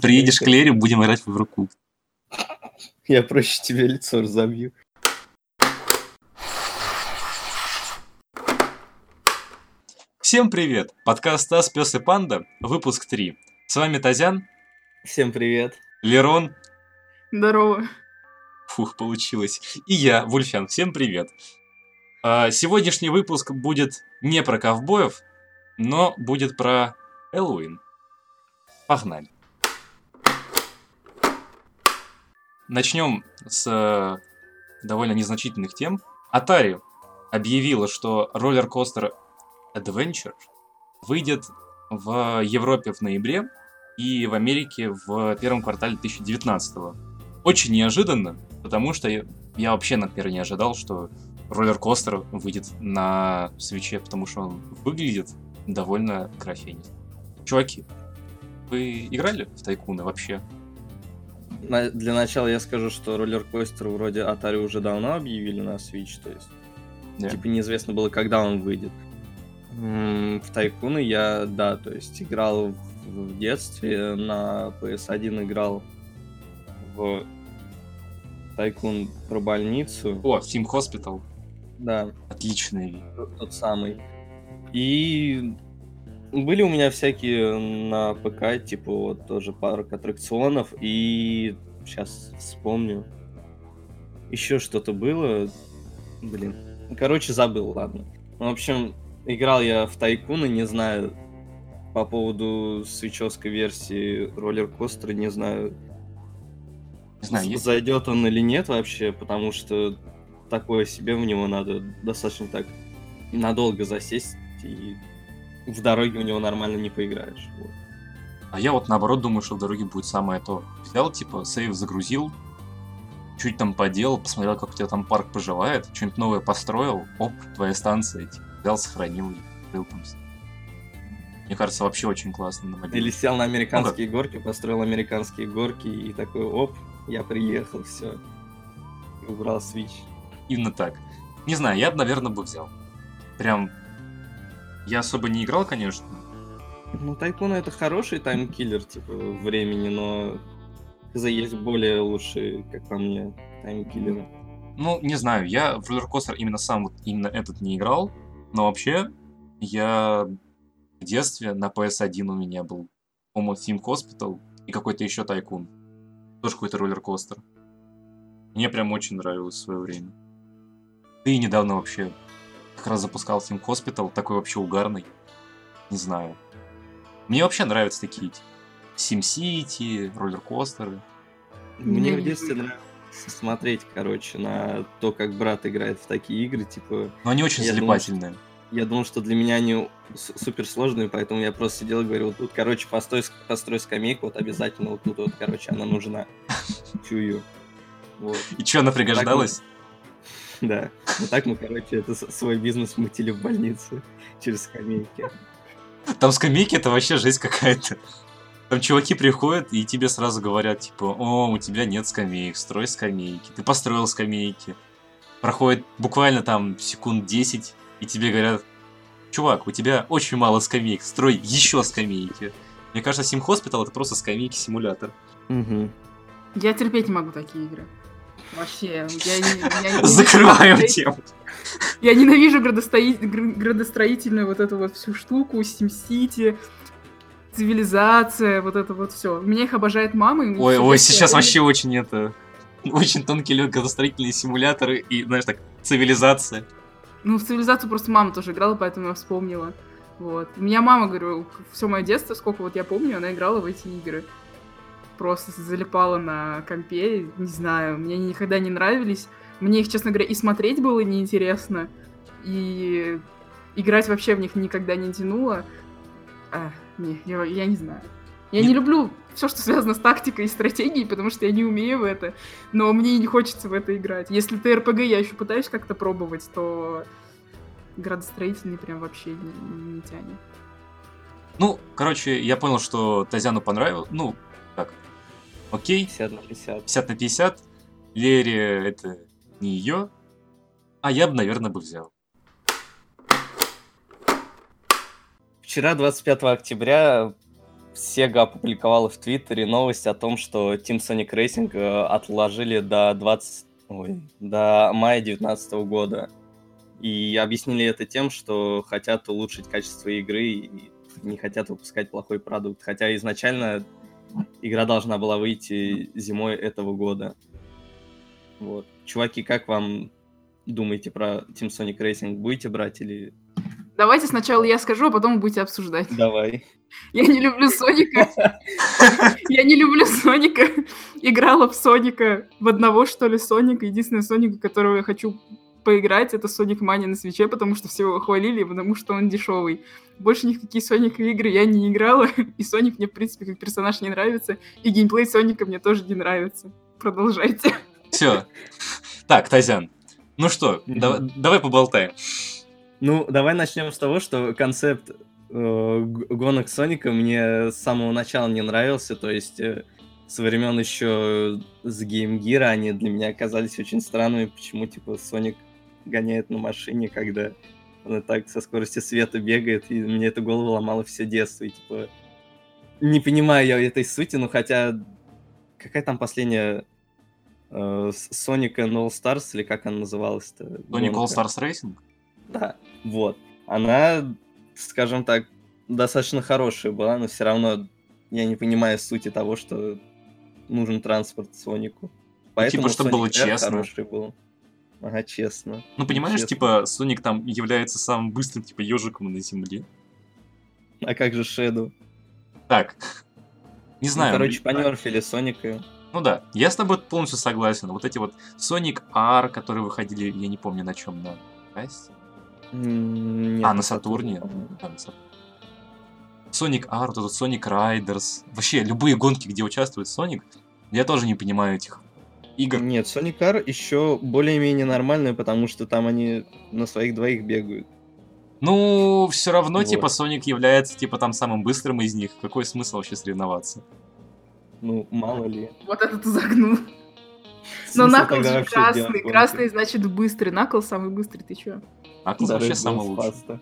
Приедешь к Лере, будем играть в Overcooked. Я проще тебе лицо разобью. Всем привет! Подкаст «Стас, Пёс и Панда», выпуск 3. С вами Тазян, Всем привет. Лерон, Здорово. фух, получилось, и я, Вульфян. Всем привет! Сегодняшний выпуск будет не про ковбоев, но будет про Хэллоуин. Погнали! Начнем с довольно незначительных тем. Atari объявила, что Roller Coaster Adventure выйдет в Европе в ноябре и в Америке в первом квартале 2019-го. Очень неожиданно, потому что я вообще, например, не ожидал, что роллер-костер выйдет на свитче, потому что он выглядит довольно графеней. Чуваки, вы играли в Тайкуны вообще? Для начала я скажу, что роллер-костер вроде Atari уже давно объявили на Switch, то есть типа неизвестно было, когда он выйдет. В Тайкуны я, да, то есть играл в детстве, на PS1 играл в Тайкун про больницу. О, Team Hospital. Да. Отличный. Тот самый. И были у меня всякие на ПК, типа вот тоже парк аттракционов, и сейчас вспомню. Еще что-то было. Блин. Короче, забыл, ладно. В общем, играл я в Тайкуны, не знаю, по поводу свитчевской версии роллер-костера, не знаю, зайдет он или нет вообще, потому что такое себе в него надо достаточно так надолго засесть, и в дороге в него нормально не поиграешь. Вот. А я вот наоборот думаю, что в дороге будет самое то. Взял, типа, сейв загрузил, чуть там поделал, посмотрел, как у тебя там парк поживает, что-нибудь новое построил, оп, твоя станция, типа, взял, сохранил и открыл там. Мне кажется, вообще очень классно на мобиле. Или сел на американские горки, построил американские горки и такой, оп, я приехал, все. Убрал Switch. Именно так. Не знаю, я бы, наверное, взял. Прям... Я особо не играл, конечно. Ну, Тайкуны это хороший таймкиллер, типа, времени, но есть более лучшие, как по мне, таймкиллеры. Ну, не знаю, я в Roller Coaster именно этот не играл, но вообще я в детстве на PS1 у меня был, по-моему, Team Hospital и какой-то еще Тайкун. Тоже какой-то роллер-костер. Мне прям очень нравилось в свое время. Ты недавно вообще как раз запускал Team Hospital, такой вообще угарный. Не знаю. Мне вообще нравятся такие SimCity, роллер-костеры. Мне в детстве нравилось смотреть, короче, на то, как брат играет в такие игры, типа... Но они очень залипательные. Я думал, что для меня они суперсложные, поэтому я просто сидел и говорил, вот тут, короче, построй скамейку, вот обязательно вот тут вот, короче, она нужна. Чую. Вот. И что, она пригождалась? Да. Вот так мы, короче, это свой бизнес мутили в больнице через скамейки. Там скамейки — это вообще жесть какая-то. Там чуваки приходят и тебе сразу говорят, типа, о, у тебя нет скамеек, строй скамейки. Ты построил скамейки. Проходит буквально там секунд 10, и тебе говорят, чувак, у тебя очень мало скамеек, строй еще скамейки. Мне кажется, Sim Hospital — это просто скамейки-симулятор. Угу. Я терпеть не могу такие игры. Вообще, Закрываем тему. Я ненавижу градостроительную вот эту вот всю штуку, SimCity, цивилизация, вот это вот все. Меня их обожает мама. Ой, сейчас вообще очень тонкий лед, градостроительные симуляторы и, знаешь, так, цивилизация. Ну, в цивилизацию просто мама тоже играла, поэтому я вспомнила. Вот. У меня мама, говорю, все мое детство, сколько вот я помню, она играла в эти игры. Просто залипала на компе, не знаю, мне они никогда не нравились. Мне их, честно говоря, и смотреть было неинтересно, и играть вообще в них никогда не тянуло. Я не знаю. Я не люблю все, что связано с тактикой и стратегией, потому что я не умею в это, но мне и не хочется в это играть. Если ТРПГ я еще пытаюсь как-то пробовать, то градостроительный прям вообще не тянет. Ну, короче, я понял, что Тазяну понравилось. Ну, так, окей. 50 на 50. 50 на 50. Лере это не ее. А я бы, наверное, взял. Вчера, 25 октября, Sega опубликовала в Твиттере новость о том, что Team Sonic Racing отложили до мая 2019 года. И объяснили это тем, что хотят улучшить качество игры и не хотят выпускать плохой продукт. Хотя изначально игра должна была выйти зимой этого года. Вот. Чуваки, как вам думаете про Team Sonic Racing? Будете брать или... Давайте сначала я скажу, а потом вы будете обсуждать. Давай. Я не люблю Соника. Я не люблю Соника. Играла в Соника, в одного, что ли, Соника. Единственный Соник, которого я хочу поиграть, это Sonic Mania на свече, потому что все его хвалили, потому что он дешевый. Больше ни в какие Соник игры я не играла, и Соник мне, в принципе, как персонаж не нравится, и геймплей Соника мне тоже не нравится. Продолжайте. Все. Так, Тазян, ну что, давай поболтаем. Ну, давай начнем с того, что концепт гонок Соника мне с самого начала не нравился, то есть со времен еще с Game Gear они для меня оказались очень странными, почему, типа, Соник гоняет на машине, когда он так со скоростью света бегает, и мне это голову ломало все детство, и, типа, не понимаю я этой сути, но хотя, какая там последняя Sonic and All Stars, или как она называлась-то? Sonic All Stars Racing? Да, вот. Она, скажем так, достаточно хорошая была, но все равно я не понимаю сути того, что нужен транспорт Сонику. Поэтому типа, чтобы Sonic было R честно. Хороший был. Ага, честно. Ну, понимаешь, честно. типа, Соник там является самым быстрым, типа, ежиком на земле. А как же Shadow? Так, не знаю. Ну, короче, понерфили Соника. Ну да, я с тобой полностью согласен. Вот эти вот Sonic R, которые выходили, я не помню на чем, на Кассе? Нет, на Сатурне? Да, на Сатурне. Sonic R, вот этот Sonic Riders. Вообще, любые гонки, где участвует Соник, я тоже не понимаю этих игр. Нет, Sonic R еще более-менее нормальная, потому что там они на своих двоих бегают. Ну, все равно, Вот. типа, Соник является, типа, там самым быстрым из них. Какой смысл вообще соревноваться? Ну, мало ли. Вот это ты загнул. Но Смысл Накл тогда же вообще делать красный. гонки? Красный значит быстрый. Накл самый быстрый, ты чё? Наклз Да, вообще Red самый Bull лучший. Fast.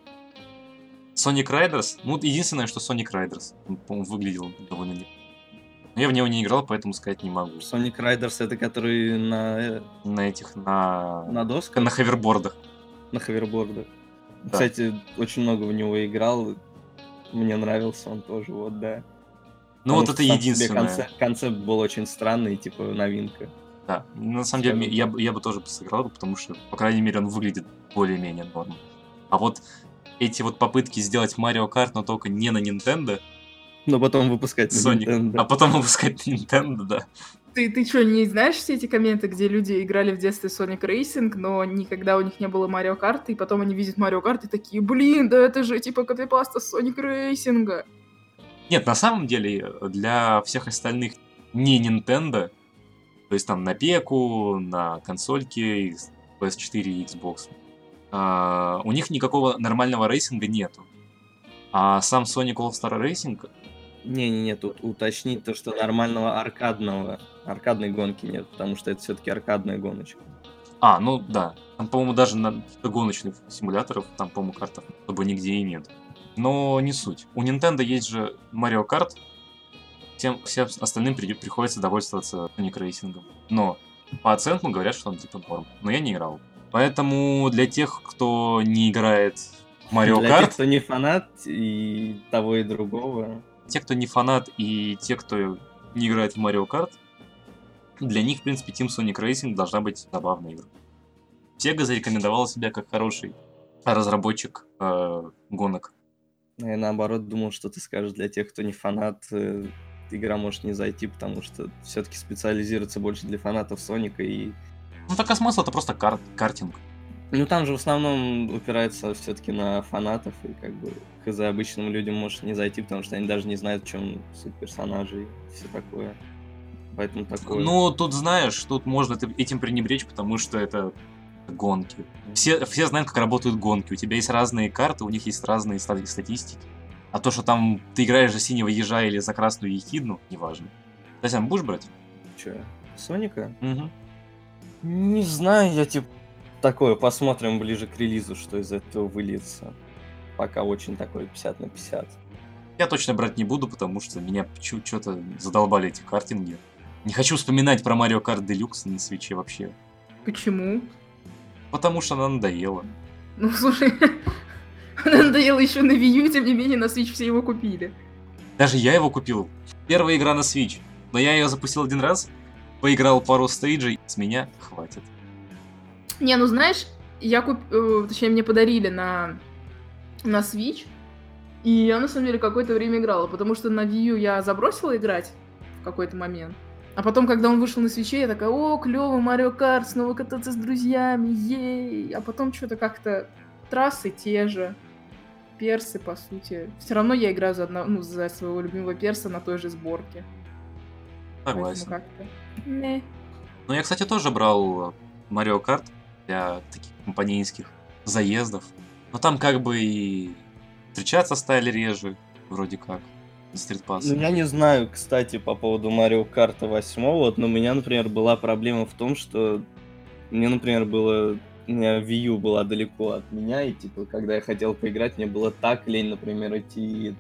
Sonic Riders, ну, единственное, что Sonic Riders, он, по-моему, выглядел довольно не... Но я в него не играл, поэтому сказать не могу. Sonic Riders это который на На досках? на ховербордах. На ховербордах. Да. Кстати, очень много в него играл. Мне нравился он тоже, вот, да. Ну, Потому вот что это сам по себе единственное. Концепт был очень странный, типа новинка. Да, на самом деле, Скажем я бы тоже сыграл, потому что, по крайней мере, он выглядит более-менее норм. А вот эти вот попытки сделать Mario Kart, но только не на Nintendo, Но потом выпускать на Sonic, Nintendo. а потом выпускать на Nintendo, да. Ты что, не знаешь все эти комменты, где люди играли в детстве в Sonic Racing, но никогда у них не было Mario Kart, и потом они видят Mario Kart и такие, блин, да это же типа копипаста Sonic Racing. Нет, на самом деле, для всех остальных не Nintendo, то есть там на Пеку, на консольке, PS4 и Xbox, у них никакого нормального рейсинга нету. А сам Sonic All-Star Racing... Не-не-не, тут уточнить то, что нормального аркадной гонки нет, потому что это все-таки аркадная гоночка. Ну да. Там, по-моему, даже на гоночных симуляторов, там, по-моему, картов особо нигде и нет. Но не суть. У Nintendo есть же Mario Kart, всем остальным приходится довольствоваться Sonic Racing. Но по оценкам говорят, что он типа норм. Но я не играл. Поэтому для тех, кто не играет в Mario Для тех, Kart, кто не фанат и того, и другого. те, кто не фанат, и те, кто не играет в Mario Kart, для них, в принципе, Team Sonic Racing должна быть забавной игрой. Sega зарекомендовала себя как хороший разработчик гонок. Я наоборот думал, что ты скажешь, для тех, кто не фанат, игра может не зайти, потому что все-таки специализируется больше для фанатов Соника и... Ну так а смысл это просто картинг. Ну там же в основном упирается все-таки на фанатов, и как бы хз обычным людям может не зайти, потому что они даже не знают, в чем суть персонажей и все такое. Поэтому такое... Ну, тут знаешь, тут можно этим пренебречь, потому что это гонки. Все знают, как работают гонки. У тебя есть разные карты, у них есть разные статистики. А то, что там ты играешь за синего ежа или за красную ехидну, неважно. Татьяна, будешь брать? Че, Соника? Угу. Не знаю, я типа такое, посмотрим ближе к релизу, что из этого выльется. Пока очень такой 50/50. Я точно брать не буду, потому что меня что-то задолбали эти картинги. Не хочу вспоминать про Mario Kart Deluxe на свече вообще. Почему? Потому что она надоела. Ну, слушай, она надоела еще на Wii U, тем не менее на Switch все его купили. Даже я его купил. Первая игра на Switch. Но я ее запустил один раз, поиграл пару стейджей, с меня хватит. Не, ну знаешь, точнее, мне подарили на Switch, и я на самом деле какое-то время играла, потому что на Wii U я забросила играть в какой-то момент. А потом, когда он вышел на Switch, я такая: о, клево, Марио Карт, снова кататься с друзьями, ей! А потом что-то как-то трассы те же, персы, по сути. Все равно я играю за своего любимого перса на той же сборке. Согласен. Поэтому как-то... Не. Ну, я, кстати, тоже брал Mario Kart для таких компанейских заездов. Но там как бы и встречаться стали реже, вроде как, за стритпассом. Ну, я не знаю, кстати, по поводу Марио Карта 8, вот, но у меня, например, была проблема в том, что мне, например, у меня Wii U была далеко от меня, и, типа, когда я хотел поиграть, мне было так лень, например, идти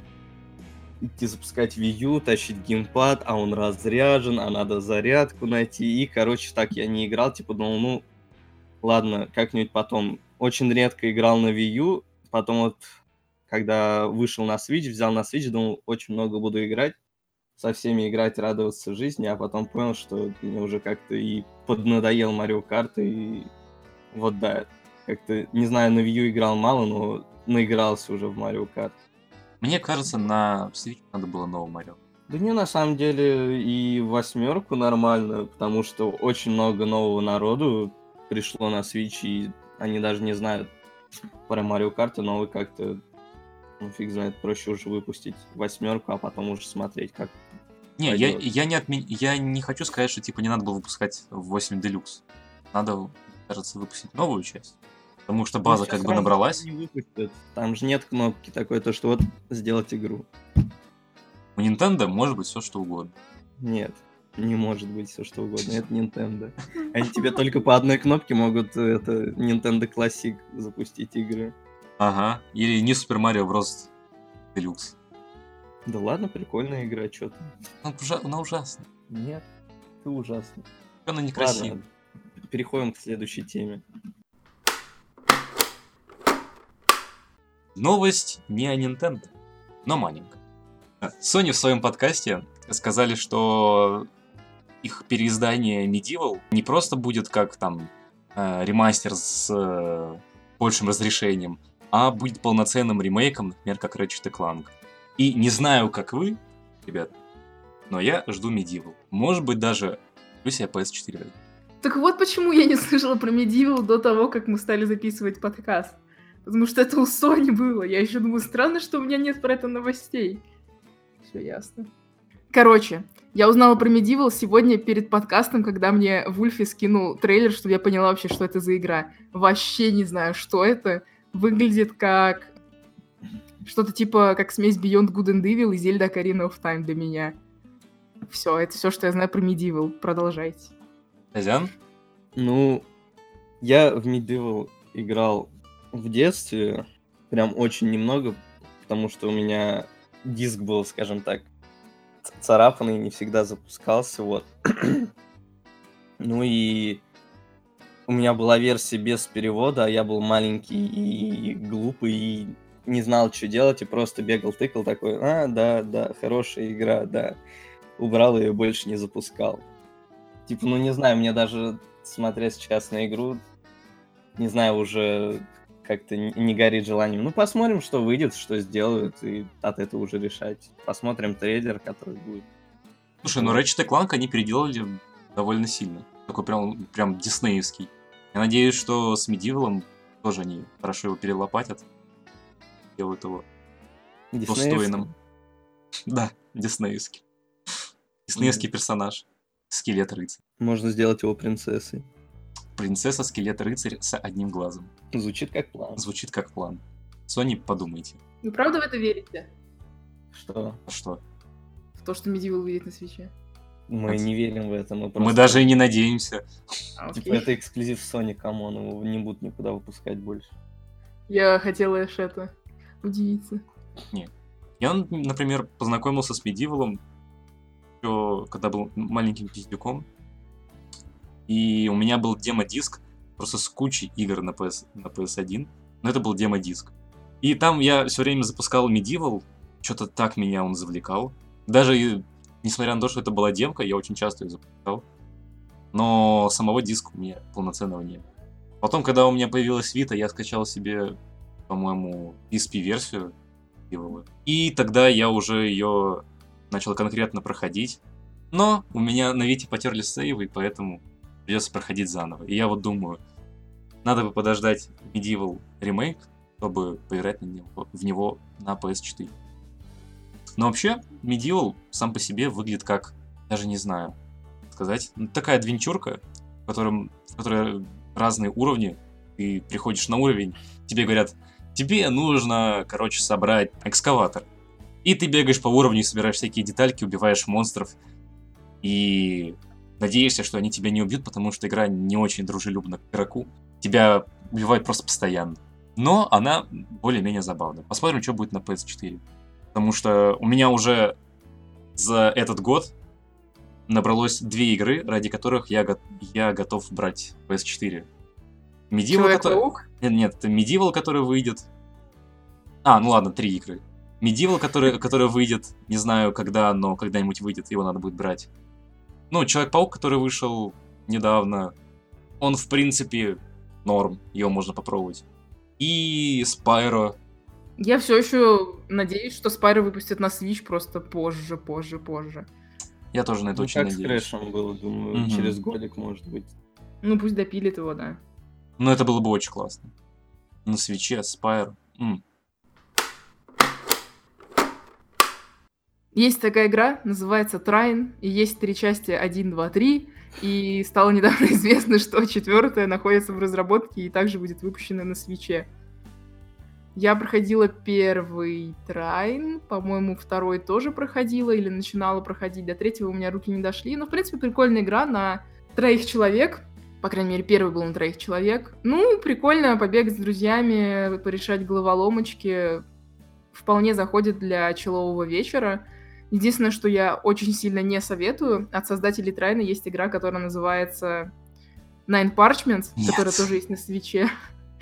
запускать Wii U, тащить геймпад, а он разряжен, а надо зарядку найти, и, короче, так я не играл, типа, думал, ну, ладно, как-нибудь потом. Очень редко играл на Wii U, потом вот, когда вышел на Switch, взял на Switch, думал, очень много буду играть, со всеми играть, радоваться жизни, а потом понял, что мне уже как-то и поднадоел Mario Kart, и вот да, как-то, не знаю, на Wii U играл мало, но наигрался уже в Mario Kart. Мне кажется, на Switch надо было новый Марио. Да не, на самом деле и 8 нормально, потому что очень много нового народу пришло на Switch, и они даже не знают про Mario Kart, новый как-то, ну фиг знает, проще уже выпустить 8, а потом уже смотреть, как Не, пойдёт. я не хочу сказать, что типа не надо было выпускать 8 Deluxe. Надо, кажется, выпустить новую часть. Потому что база как бы набралась. Не выпустят. Там же нет кнопки такой, то что вот сделать игру. У Nintendo может быть все что угодно. Нет, не может быть все что угодно. Это Nintendo. Они тебе только по одной кнопке могут Nintendo Classic запустить игры. Ага. Или не Super Mario Bros. Deluxe. Да ладно, прикольная игра, что ты. Она ужасна. Нет, ты ужасно. Она некрасивая. Ладно, переходим к следующей теме. Новость не о Nintendo, но маленькая. Sony в своем подкасте сказали, что их переиздание Medieval не просто будет как там ремастер с большим разрешением, а будет полноценным ремейком, например, как Ratchet & Clank. И не знаю, как вы, ребят, но я жду Medieval. Может быть, даже куплю себе PS4. Так вот почему я не слышала про Medieval до того, как мы стали записывать подкаст. Потому что это у Sony было. Я еще думаю, странно, что у меня нет про это новостей. Все ясно. Короче, я узнала про Medieval сегодня перед подкастом, когда мне Вульфи скинул трейлер, чтобы я поняла вообще, что это за игра. Вообще не знаю, что это. Выглядит как что-то типа как смесь Beyond Good and Evil и Zelda Ocarina of Time для меня. Все, это все, что я знаю про Medieval. Продолжайте. Азиан? Ну, я в Medieval играл в детстве, прям очень немного, потому что у меня диск был, скажем так, царапанный, не всегда запускался, вот. Ну и у меня была версия без перевода, а я был маленький и глупый, и не знал, что делать, и просто бегал, тыкал такой, да, хорошая игра, да. Убрал ее и больше не запускал. Типа, ну не знаю, мне даже, смотря сейчас на игру, не знаю, уже как-то не горит желанием. Ну, посмотрим, что выйдет, что сделают, и от этого уже решать. Посмотрим трейлер, который будет. Слушай, ну Ratchet & Clank они переделали довольно сильно. Такой прям диснеевский. Я надеюсь, что с Medieval тоже они хорошо его перелопатят. Делают его достойным. Да, диснеевский. Диснеевский персонаж. Скелет-рыцарь. Можно сделать его принцессой. Принцесса, скелет-рыцарь с одним глазом. Звучит как план. Звучит как план. Sony, подумайте. Вы правда в это верите? Что? Что? В то, что Medieval выйдет на свече? Мы не верим в это. Мы даже и не надеемся. Типа, это эксклюзив Sony, камон, его не будут никуда выпускать больше. Я хотела лишь это удивиться. Нет. Я, например, познакомился с Medieval, когда был маленьким пиздюком. И у меня был демо-диск просто с кучей игр на PS1. Но это был демо-диск. И там я все время запускал Medieval. Что-то так меня он завлекал. Даже несмотря на то, что это была демка, я очень часто ее запускал. Но самого диска у меня полноценного нет. Потом, когда у меня появилась Vita, я скачал себе, по-моему, PSP-версию. И тогда я уже ее начал конкретно проходить. Но у меня на Vita потерлись сейвы, поэтому придется проходить заново. И я вот думаю, надо бы подождать Medieval ремейк, чтобы поиграть в него на PS4. Но вообще, Medieval сам по себе выглядит как, даже не знаю, сказать, такая адвенчурка, в которой разные уровни. Ты приходишь на уровень, тебе говорят, тебе нужно, собрать экскаватор. И ты бегаешь по уровню, собираешь всякие детальки, убиваешь монстров. И надеешься, что они тебя не убьют, потому что игра не очень дружелюбна к игроку. Тебя убивают просто постоянно. Но она более-менее забавная. Посмотрим, что будет на PS4. Потому что у меня уже за этот год набралось 2 игры, ради которых я готов брать PS4. Человек-паук? Нет, это Medieval, который выйдет. Ну ладно, 3 игры. Medieval, который выйдет, не знаю когда, но когда-нибудь выйдет, его надо будет брать. Человек-паук, который вышел недавно, он в принципе норм, его можно попробовать. И Spyro. Я все еще надеюсь, что Spyro выпустят на Switch просто позже. Я тоже на это очень как надеюсь. с Crash было, думаю, через годик, может быть. Пусть допилит его, да. Это было бы очень классно. На Switch'е Spyro. Есть такая игра, называется Trine, и есть 3 части 1, 2, 3, и стало недавно известно, что 4-я находится в разработке и также будет выпущена на Switch'е. Я проходила первый Trine, по-моему, 2-й тоже проходила или начинала проходить, до 3-го у меня руки не дошли, но, в принципе, прикольная игра на 3 человек, по крайней мере, первый был на 3 человек. Прикольно побегать с друзьями, порешать головоломочки, вполне заходит для чиллового вечера. Единственное, что я очень сильно не советую, от создателей Трайна есть игра, которая называется Nine Parchments, которая тоже есть на Свитче.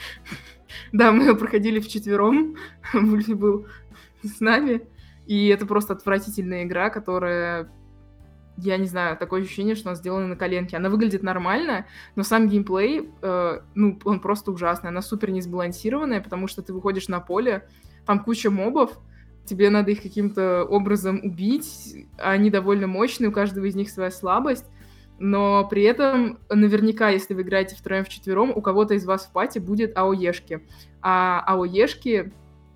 Да, мы ее проходили вчетвером, Вульфи был с нами, и это просто отвратительная игра, которая, я не знаю, такое ощущение, что она сделана на коленке. Она выглядит нормально, но сам геймплей, он просто ужасный, она супер несбалансированная, потому что ты выходишь на поле, там куча мобов, тебе надо их каким-то образом убить, они довольно мощные, у каждого из них своя слабость, но при этом наверняка, если вы играете втроем-вчетвером, у кого-то из вас в пати будет АОЕшки. А АОЕшки,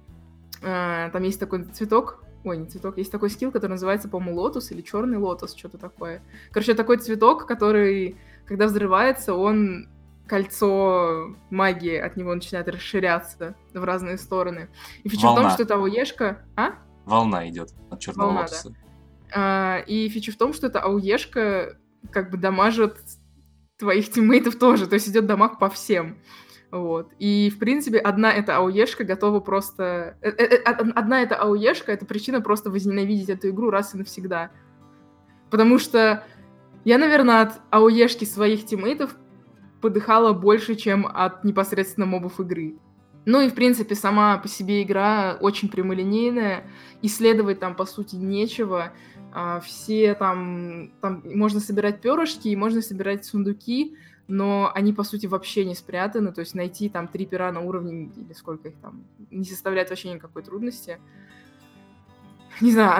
там есть такой цветок, есть такой скилл, который называется, по-моему, лотос или черный лотос, что-то такое. Короче, такой цветок, который, когда взрывается, кольцо магии от него начинает расширяться в разные стороны. И фича в том, что это АОЕшка... Волна идет от черного лотоса. Да. И фича в том, что эта АОЕшка дамажит твоих тиммейтов тоже, то есть идет дамаг по всем. Вот. И, в принципе, одна эта АОЕшка готова просто... Одна эта АОЕшка — это причина просто возненавидеть эту игру раз и навсегда. Потому что я, наверное, от АОЕшки своих тиммейтов подыхала больше, чем от непосредственно мобов игры. И, в принципе, сама по себе игра очень прямолинейная, исследовать там, по сути, нечего. Все там можно собирать перышки и можно собирать сундуки, но они, по сути, вообще не спрятаны, то есть найти там 3 пера на уровне, или сколько их там, не составляет вообще никакой трудности. Не знаю,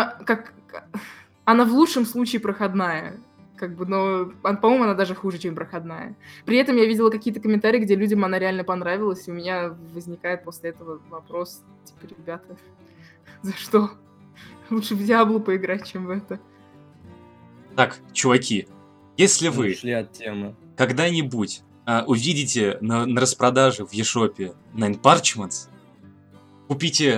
она в лучшем случае проходная, но, по-моему, она даже хуже, чем проходная. При этом я видела какие-то комментарии, где людям она реально понравилась, и у меня возникает после этого вопрос, ребята, за что? Лучше в Диаблу поиграть, чем в это. Так, чуваки, если вы ушли от темы. Когда-нибудь увидите на распродаже в eShop Nine Parchments, купите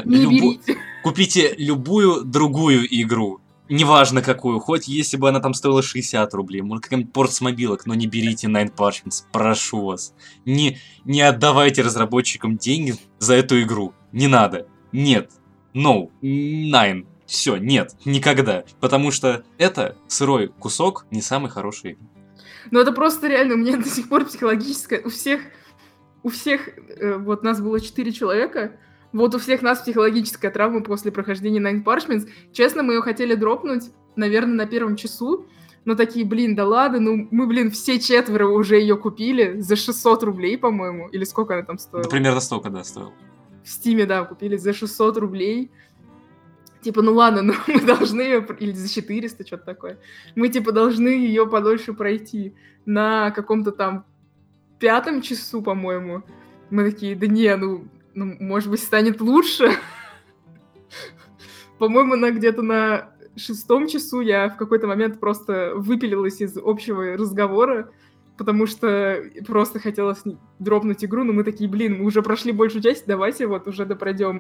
любую другую игру, неважно какую, хоть если бы она там стоила 60 рублей, может какая-нибудь порт с мобилок, но не берите Nine Parchments, прошу вас. Не отдавайте разработчикам деньги за эту игру, не надо, нет. No, nine. Все, нет, никогда. Потому что это сырой кусок не самый хороший. Ну, это просто реально, у меня до сих пор психологическое... У всех, вот нас было 4 человека, вот у всех нас психологическая травма после прохождения Nine Parchments. Честно, мы ее хотели дропнуть, наверное, на первом часу, но такие, блин, да ладно, ну мы, блин, все 4 уже ее купили за 600 рублей, по-моему, или сколько она там стоила? Да, примерно столько, да, стоил. В Стиме, да, купили за 600 рублей. Типа, ну ладно, ну мы должны ее, или за 400, что-то такое. Мы, типа, должны ее подольше пройти на каком-то там 5 часу, по-моему. Мы такие, да не, ну может быть, станет лучше. По-моему, где-то на 6 часу я в какой-то момент просто выпилилась из общего разговора, потому что просто хотелось дропнуть игру, но мы такие, блин, мы уже прошли большую часть, давайте вот уже допройдем.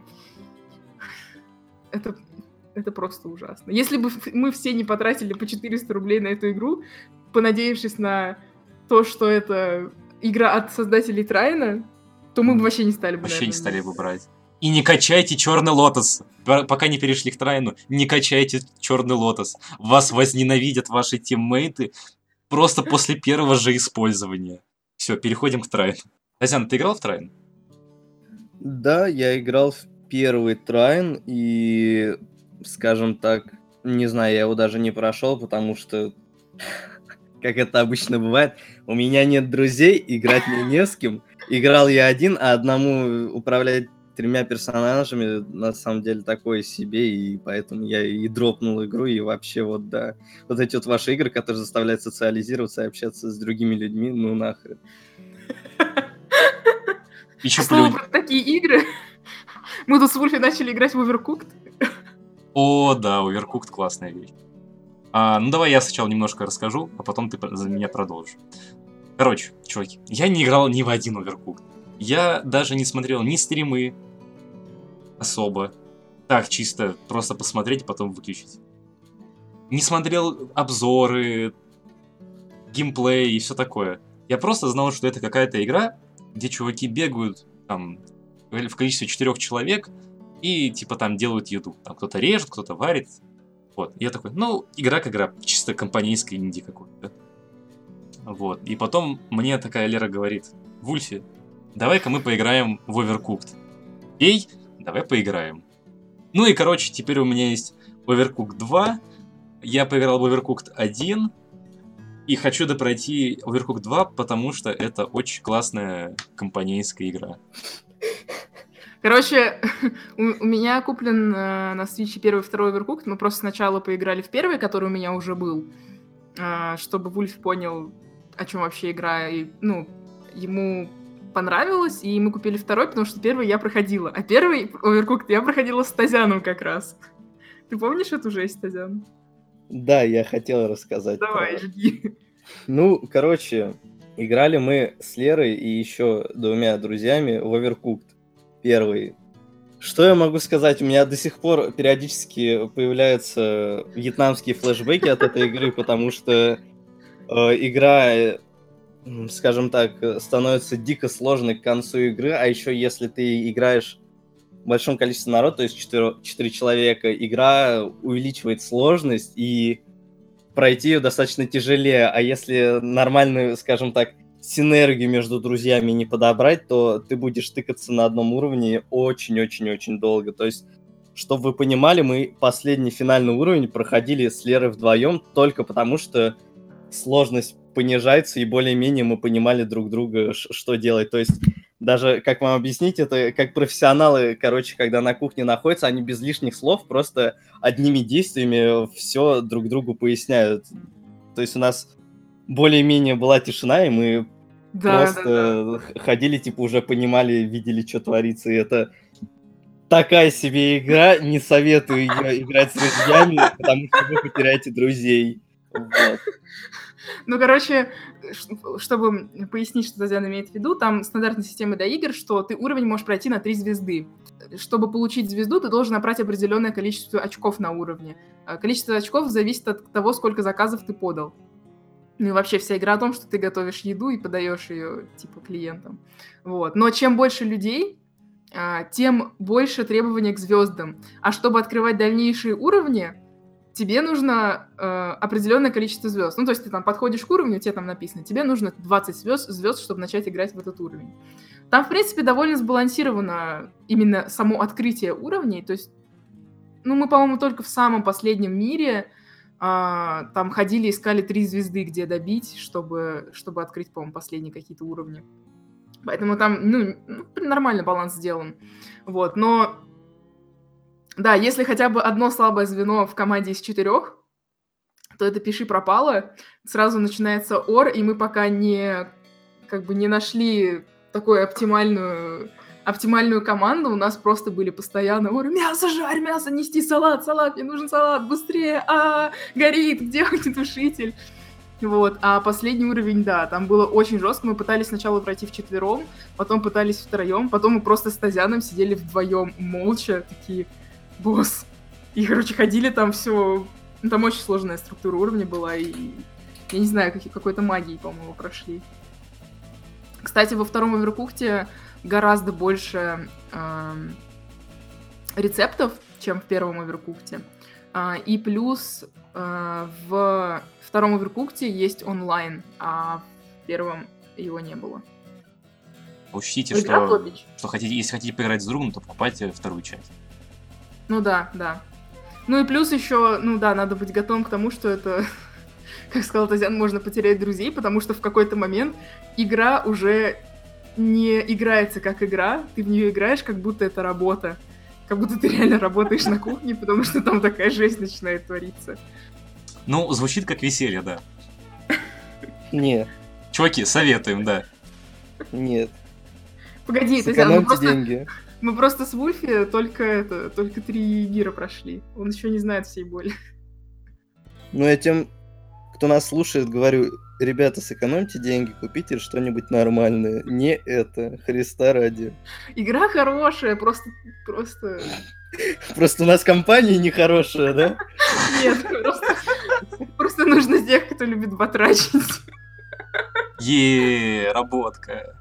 Это просто ужасно. Если бы мы все не потратили по 400 рублей на эту игру, понадеявшись на то, что это игра от создателей Трайна, то мы бы вообще не стали бы, Вообще не наверное, стали бы брать. И не качайте Черный Лотос. Пока не перешли к Трайну, не качайте Черный Лотос. Вас возненавидят ваши тиммейты просто после первого же использования. Все, переходим к Трайну. Тазян, ты играл в Трайн? Да, я играл в первый Трайн, и, скажем так, не знаю, я его даже не прошел, потому что, как это обычно бывает, у меня нет друзей, играть мне не с кем. Играл я один, а одному управлять 3 персонажами на самом деле такое себе, и поэтому я и дропнул игру, и вообще вот, да. Вот эти вот ваши игры, которые заставляют социализироваться и общаться с другими людьми, ну нахрен. Еще К слову, про такие игры. Мы тут с Вульфи начали играть в Overcooked. О, да, Overcooked классная вещь. Ну давай я сначала немножко расскажу, а потом ты за меня продолжишь. Короче, чуваки, я не играл ни в один Overcooked. Я даже не смотрел ни стримы особо. Так, чисто просто посмотреть и потом выключить. Не смотрел обзоры, геймплей и все такое. Я просто знал, что это какая-то игра, где чуваки бегают там в количестве 4 человек и типа там делают еду. Там кто-то режет, кто-то варит. Вот. И я такой, ну, игра как игра, чисто компанейская инди какой-то. Вот. И потом мне такая Лера говорит, Вульфи, давай-ка мы поиграем в Overcooked. Эй, давай поиграем. Ну и, короче, теперь у меня есть Overcooked 2. Я поиграл в Overcooked 1. И хочу допройти Overcooked 2, потому что это очень классная компанейская игра. Короче, у меня куплен на Switch первый и второй Overcooked. Мы просто сначала поиграли в первый, который у меня уже был, чтобы Вульф понял, о чем вообще игра. И, ну, ему понравилось, и мы купили второй, потому что первый я проходила. А первый Overcooked я проходила с Тазяном как раз. Ты помнишь эту жесть, Тазян? Да, я хотел рассказать. Давай, жги. Ну, короче, играли мы с Лерой и еще 2 друзьями в Overcooked. Первый. Что я могу сказать? У меня до сих пор периодически появляются вьетнамские флешбеки от этой игры, потому что игра, скажем так, становится дико сложной к концу игры, а еще если ты играешь в большом количестве народа, то есть 4 человека, игра увеличивает сложность, и пройти ее достаточно тяжелее, а если нормальную, скажем так, синергию между друзьями не подобрать, то ты будешь тыкаться на одном уровне очень-очень-очень долго. То есть, чтобы вы понимали, мы последний финальный уровень проходили с Лерой вдвоем только потому, что сложность понижается, и более-менее мы понимали друг друга, что делать. То есть, даже, как вам объяснить, это как профессионалы, короче, когда на кухне находятся, они без лишних слов просто одними действиями все друг другу поясняют. То есть у нас более-менее была тишина, и мы просто ходили, типа, уже понимали, видели, что творится, и это такая себе игра, не советую ее играть с друзьями, потому что вы потеряете друзей. Вот. Ну, короче, чтобы пояснить, что Тазян имеет в виду, там стандартная система для игр, что ты уровень можешь пройти на 3 звезды. Чтобы получить звезду, ты должен набрать определенное количество очков на уровне. Количество очков зависит от того, сколько заказов ты подал. Ну и вообще вся игра о том, что ты готовишь еду и подаешь ее, типа, клиентам. Вот. Но чем больше людей, тем больше требования к звездам. А чтобы открывать дальнейшие уровни, тебе нужно определенное количество звезд. Ну, то есть ты там подходишь к уровню, тебе там написано, тебе нужно 20 звезд, чтобы начать играть в этот уровень. Там, в принципе, довольно сбалансировано именно само открытие уровней. То есть, ну, мы, по-моему, только в самом последнем мире там ходили, искали 3 звезды, где добить, чтобы открыть, по-моему, последние какие-то уровни. Поэтому там, нормальный баланс сделан. Вот, но... Да, если хотя бы одно слабое звено в команде из 4, то это пиши пропало. Сразу начинается ор, и мы пока не нашли такую оптимальную команду, у нас просто были постоянно ор: мясо жарь, мясо нести, салат, мне нужен салат, быстрее, горит, где огнетушитель? Вот, а последний уровень, да, там было очень жестко, мы пытались сначала пройти вчетвером, потом пытались втроем, потом мы просто с Тазяном сидели вдвоем, молча, такие: босс. И, короче, ходили там все. Там очень сложная структура уровня была, и я не знаю, какой-то магией, по-моему, прошли. Кстати, во втором Оверкукте гораздо больше рецептов, чем в первом Оверкукте. И плюс в втором Оверкукте есть онлайн, а в первом его не было. Учтите, что если хотите поиграть с другом, то покупайте вторую часть. Ну да. Ну и плюс еще, надо быть готовым к тому, что это, как сказал Тазян, можно потерять друзей, потому что в какой-то момент игра уже не играется как игра, ты в нее играешь, как будто это работа. Как будто ты реально работаешь на кухне, потому что там такая жесть начинает твориться. Ну, звучит как веселье, да. Нет. Чуваки, советуем, да. Нет. Погоди, сэкономьте деньги. Мы просто с Вульфи только 3 мира прошли. Он еще не знает всей боли. Ну, я тем, кто нас слушает, говорю: ребята, сэкономьте деньги, купите что-нибудь нормальное. Не это, Христа ради. Игра хорошая, просто... Просто у нас компания нехорошая, да? Нет, просто нужно тех, кто любит батрачить. Работка.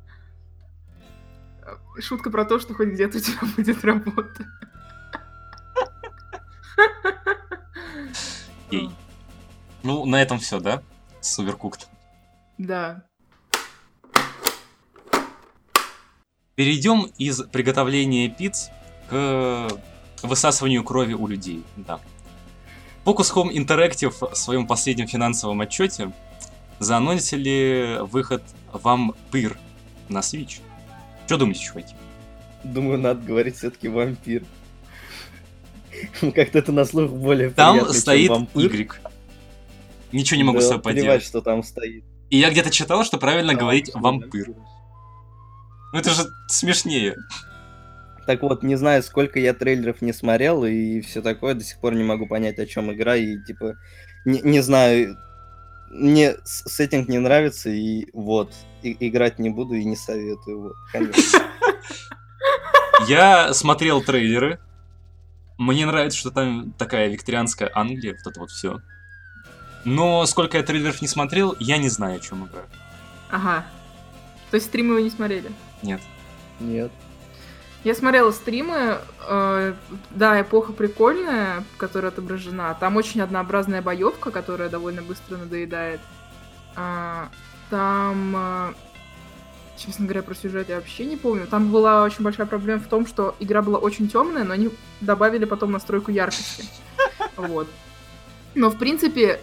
Шутка про то, что хоть где-то у тебя будет работа. Ну, на этом все, да? С Overcooked. Да. Перейдем из приготовления пиц к высасыванию крови у людей. Да. Focus Home Interactive в своем последнем финансовом отчете заанонсили выход «Вампир» на Switch. Что думаете, чуваки? Думаю, надо говорить все-таки «Вампир». Как-то это на слух более там приятно, стоит чем «Вампир». Y. Ничего не могу с собой поделать. Что там стоит. И я где-то читал, что правильно говорить «вампир». Ну это же смешнее. Так вот, не знаю, сколько я трейлеров не смотрел и все такое, до сих пор не могу понять, о чем игра, и типа, не знаю, мне сеттинг не нравится, и вот, играть не буду и не советую, вот, конечно. Я смотрел трейлеры, мне нравится, что там такая викторианская Англия, вот это вот все. Но сколько я трейлеров не смотрел, я не знаю, о чем игра. Ага. То есть стримы вы не смотрели? Нет. Я смотрела стримы, да, эпоха прикольная, которая отображена. Там очень однообразная боевка, которая довольно быстро надоедает. Там, честно говоря, про сюжет я вообще не помню. Там была очень большая проблема в том, что игра была очень темная, но они добавили потом настройку яркости. Вот. Но, в принципе,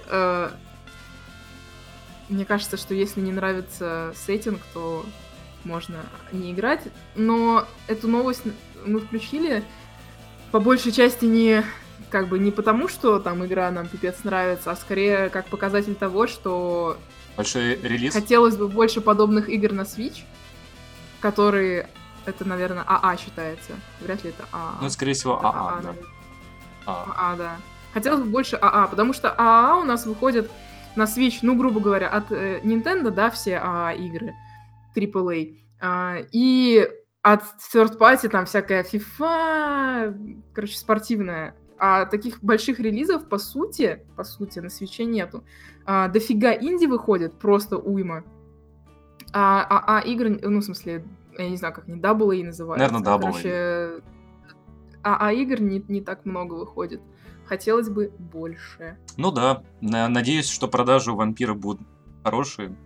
мне кажется, что если не нравится сеттинг, то можно не играть. Но эту новость мы включили по большей части не потому, что там игра нам пипец нравится, а скорее как показатель того, что большой релиз. Хотелось бы больше подобных игр на Switch, которые, это, наверное, АА считается. Вряд ли это АА. Ну, скорее всего, АА, да. АА, да. Хотелось бы больше АА, потому что АА у нас выходит на Switch, ну, грубо говоря, от Nintendo, да, все АА-игры, AAA, и от third party там всякая FIFA, короче, спортивная. А таких больших релизов, по сути, на Switch нету. Дофига инди выходит, просто уйма. А игры, ну, в смысле, я не знаю, как они, AA называются. Наверное, AA. Короче, игр не так много выходит. Хотелось бы больше. Ну да, надеюсь, что продажи у Вампира будут хорошие.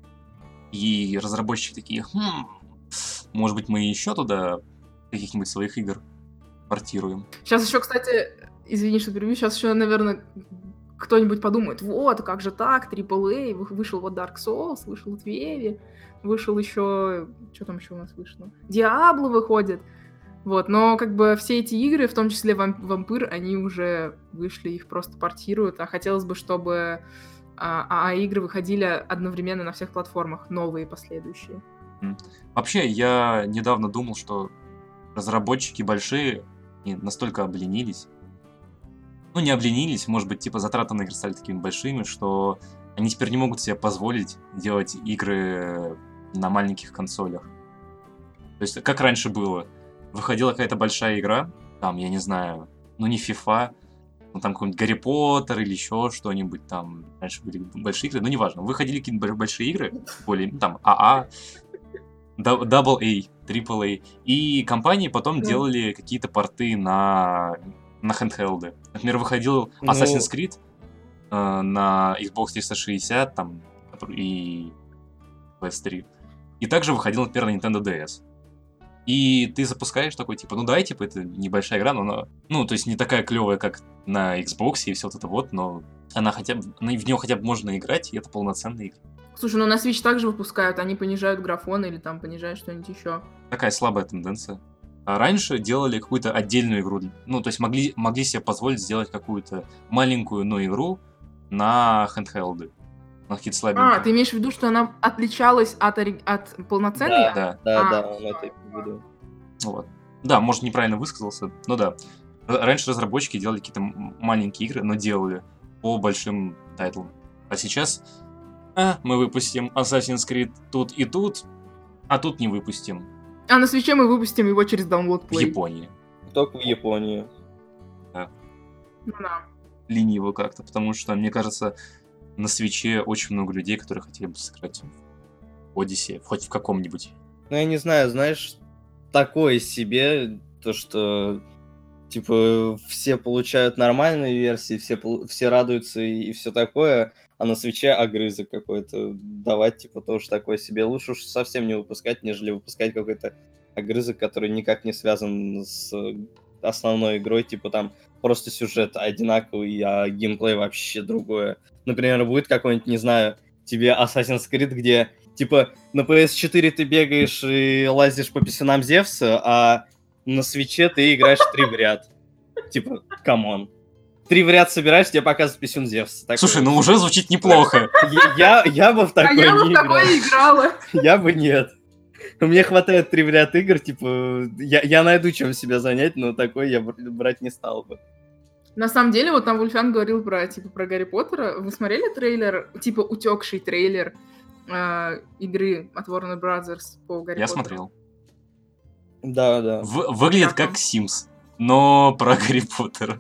И разработчики такие, может быть, мы еще туда каких-нибудь своих игр портируем. Сейчас еще, кстати, извини, что перебью, сейчас еще, наверное, кто-нибудь подумает, вот, как же так, AAA, вышел вот Dark Souls, вышел Твеви, вышел еще, что там еще у нас вышло? Диабло выходит. Вот, но как бы все эти игры, в том числе Вампир, они уже вышли, их просто портируют, а хотелось бы, чтобы игры выходили одновременно на всех платформах, новые, последующие. Вообще, я недавно думал, что разработчики большие и настолько обленились. Ну, не обленились, может быть, типа затраты на игры стали такими большими, что они теперь не могут себе позволить делать игры на маленьких консолях. То есть, как раньше было, выходила какая-то большая игра, там, я не знаю, ну не FIFA, ну там какой-нибудь Гарри Поттер или еще что-нибудь, там раньше были большие игры, но неважно, выходили какие-то большие игры, более, там, Double A, Triple A, и компании потом делали какие-то порты на handheld. Например, выходил Assassin's Creed на Xbox 360 там, и PS3. И также выходил, например, на Nintendo DS. И ты запускаешь такой, типа, ну да, типа, это небольшая игра, но она, ну, то есть не такая клевая, как на Xbox и все вот это вот, но она хотя бы, в нее хотя бы можно играть, и это полноценная игра. Слушай, ну на Switch также выпускают, они понижают графон или там понижают что-нибудь еще. Такая слабая тенденция. А раньше делали какую-то отдельную игру, ну, то есть могли себе позволить сделать какую-то маленькую, но игру на handheld. Какие-то слабенькие. Ты имеешь в виду, что она отличалась от полноценной? Да. Он это имеет в виду. Вот. Да, может, неправильно высказался, но да. Раньше разработчики делали какие-то маленькие игры, но делали по большим тайтлам. А сейчас мы выпустим Assassin's Creed тут и тут, а тут не выпустим. А на Switch'е мы выпустим его через Download Play. В Японии. Только в Японии. Да. Ну да. Лениво как-то, потому что, мне кажется, на Свитче очень много людей, которые хотели бы сыграть в Odyssey, хоть в каком-нибудь. Ну, я не знаю, знаешь, такое себе, то, что, типа, все получают нормальные версии, все радуются и все такое, а на Свитче огрызок какой-то давать, типа, тоже такое себе. Лучше уж совсем не выпускать, нежели выпускать какой-то огрызок, который никак не связан с основной игрой, типа, там, просто сюжет одинаковый, а геймплей вообще другое. Например, будет какой-нибудь, не знаю, тебе Assassin's Creed, где, типа, на PS4 ты бегаешь и лазишь по писюнам Зевса, а на Свитче ты играешь в 3 в ряд. Типа, камон. 3 в ряд собираешь, тебе показывают писюн Зевса. Слушай, ну уже звучит неплохо. Я бы в такое не играл. А я бы в такое играла. Я бы нет. Мне хватает 3 в ряд игр, типа, я найду чем себя занять, но такой я брать не стал бы. На самом деле, вот там Вульфян говорил про Гарри Поттера. Вы смотрели трейлер, типа утекший трейлер игры от Warner Brothers по Гарри Поттеру? Я смотрел. Да. Выглядит как Sims, но про Гарри Поттера.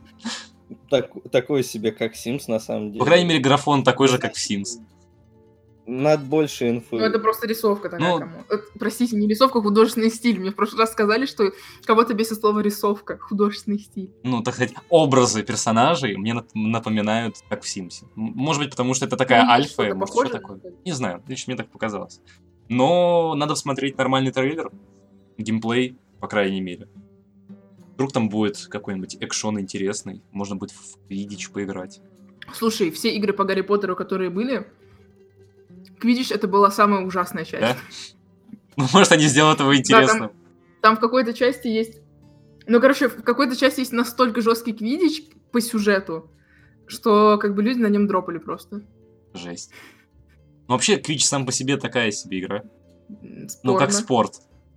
Такой себе, как Sims, на самом деле. По крайней мере, графон такой же, как в Sims. Надо больше инфы. Ну, это просто рисовка такая, кому. Простите, не рисовка, а художественный стиль. Мне в прошлый раз сказали, что кого-то бесит слово рисовка, художественный стиль. Ну, так сказать, образы персонажей мне напоминают, как в Симсе. Может быть, потому что это такая альфа, и может, что такое. Не знаю, лично мне так показалось. Но надо смотреть нормальный трейлер, геймплей, по крайней мере. Вдруг там будет какой-нибудь экшон интересный, можно будет в Квиддич поиграть. Слушай, все игры по Гарри Поттеру, которые были, Квиддич — это была самая ужасная часть. Да? Ну, может, они сделают его интересным. Да, там в какой-то части есть... Ну, короче, в какой-то части есть настолько жесткий Квиддич по сюжету, что как бы люди на нем дропали просто. Жесть. Ну, вообще, Квиддич сам по себе такая себе игра. Спорно. Ну, как спорт.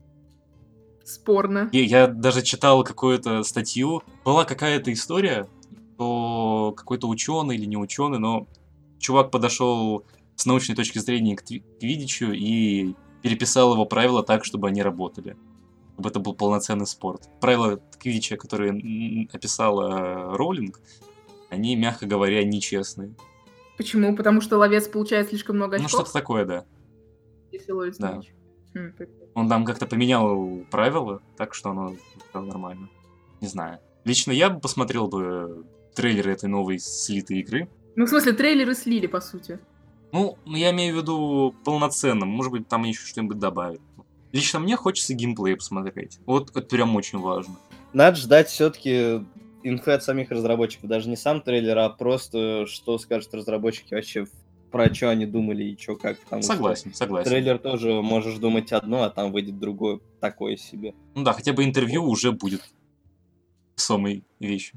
Спорно. Я даже читал какую-то статью. Была какая-то история, что какой-то ученый или не ученый, но чувак подошел с научной точки зрения к Квиддичу и переписал его правила так, чтобы они работали. Чтобы это был полноценный спорт. Правила Квиддича, которые описала Роулинг, они, мягко говоря, нечестные. Почему? Потому что ловец получает слишком много очков? Ну, что-то такое, да. Если ловит да. мяч. Он там как-то поменял правила, так что оно стало нормально. Не знаю. Лично я бы посмотрел бы трейлеры этой новой слитой игры. Ну, в смысле, трейлеры слили, по сути. Ну, я имею в виду полноценным. Может быть, там еще что-нибудь добавят. Лично мне хочется геймплей посмотреть. Вот это прям очень важно. Надо ждать все-таки инфы от самих разработчиков. Даже не сам трейлер, а просто что скажут разработчики вообще, про что они думали и что как. Согласен. Трейлер тоже можешь думать одно, а там выйдет другое, такое себе. Ну да, хотя бы интервью уже будет самой вещью.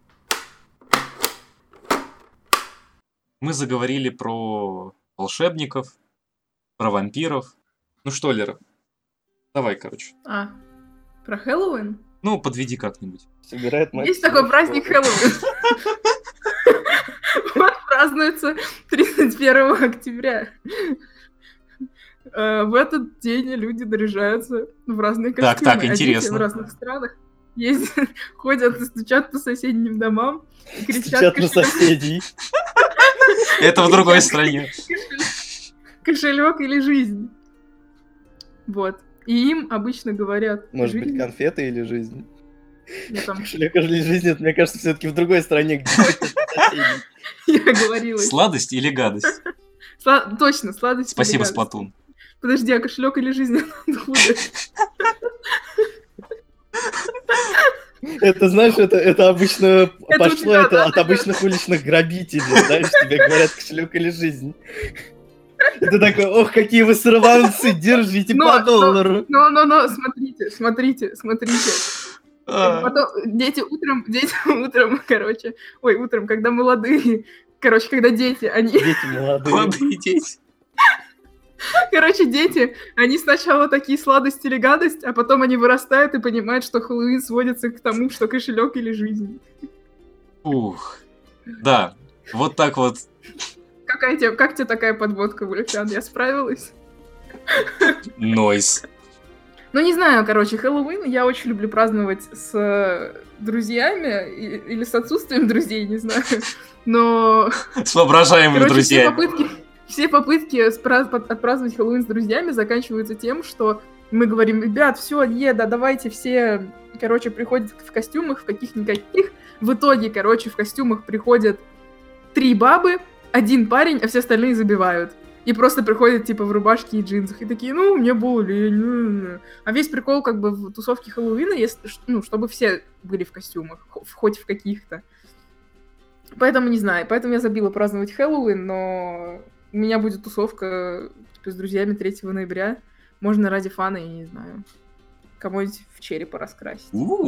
Мы заговорили про волшебников, про вампиров. Ну что, Лера, давай, короче. Про Хэллоуин? Ну, подведи как-нибудь. Собирает Есть такой праздник Хэллоуин. Вот празднуется 31 октября. В этот день люди наряжаются в разные костюмы. Так, а дети интересно. в разных странах ходят и стучат по соседним домам и кричат Стучат на соседей. Это в другой стране. Кошелек или жизнь. Вот. И им обычно говорят... Может быть, конфеты или жизнь? Нет, там... Кошелек или жизнь, это, мне кажется, все-таки в другой стране, где соседей. Я говорила. Сладость или гадость? Точно, сладость. Спасибо, Сплатун. Подожди, а кошелек или жизнь откуда? Это, знаешь, это обычно пошло да, от обычных уличных грабителей, знаешь, тебе говорят кошелек или жизнь. И ты такой, ох, какие вы сорванцы, держите по доллару. Но, смотрите. Потом дети утром, короче, утром, когда молодые, когда дети, они... Дети молодые. Молодые дети. Короче, дети, они сначала такие сладость или гадость, а потом они вырастают и понимают, что Хэллоуин сводится к тому, что кошелек или жизнь. Ух. Да, вот так вот. Как тебе такая подводка, Александр? Я справилась? Нойс. Ну, не знаю, короче, Хэллоуин я очень люблю праздновать с друзьями или с отсутствием друзей, не знаю. Но... С воображаемыми друзьями. Все попытки отпраздновать Хэллоуин с друзьями заканчиваются тем, что мы говорим, ребят, все, давайте все, приходят в костюмах, в каких-никаких. В итоге, в костюмах приходят 3 бабы, 1 парень, а все остальные забивают. И просто приходят, в рубашке и джинсах. И такие, мне было лень. А весь прикол, в тусовке Хэллоуина, чтобы все были в костюмах, хоть в каких-то. Поэтому не знаю, поэтому я забила праздновать Хэллоуин, но у меня будет тусовка с друзьями 3 ноября. Можно ради фана, я не знаю, кому-нибудь в черепа раскрасить.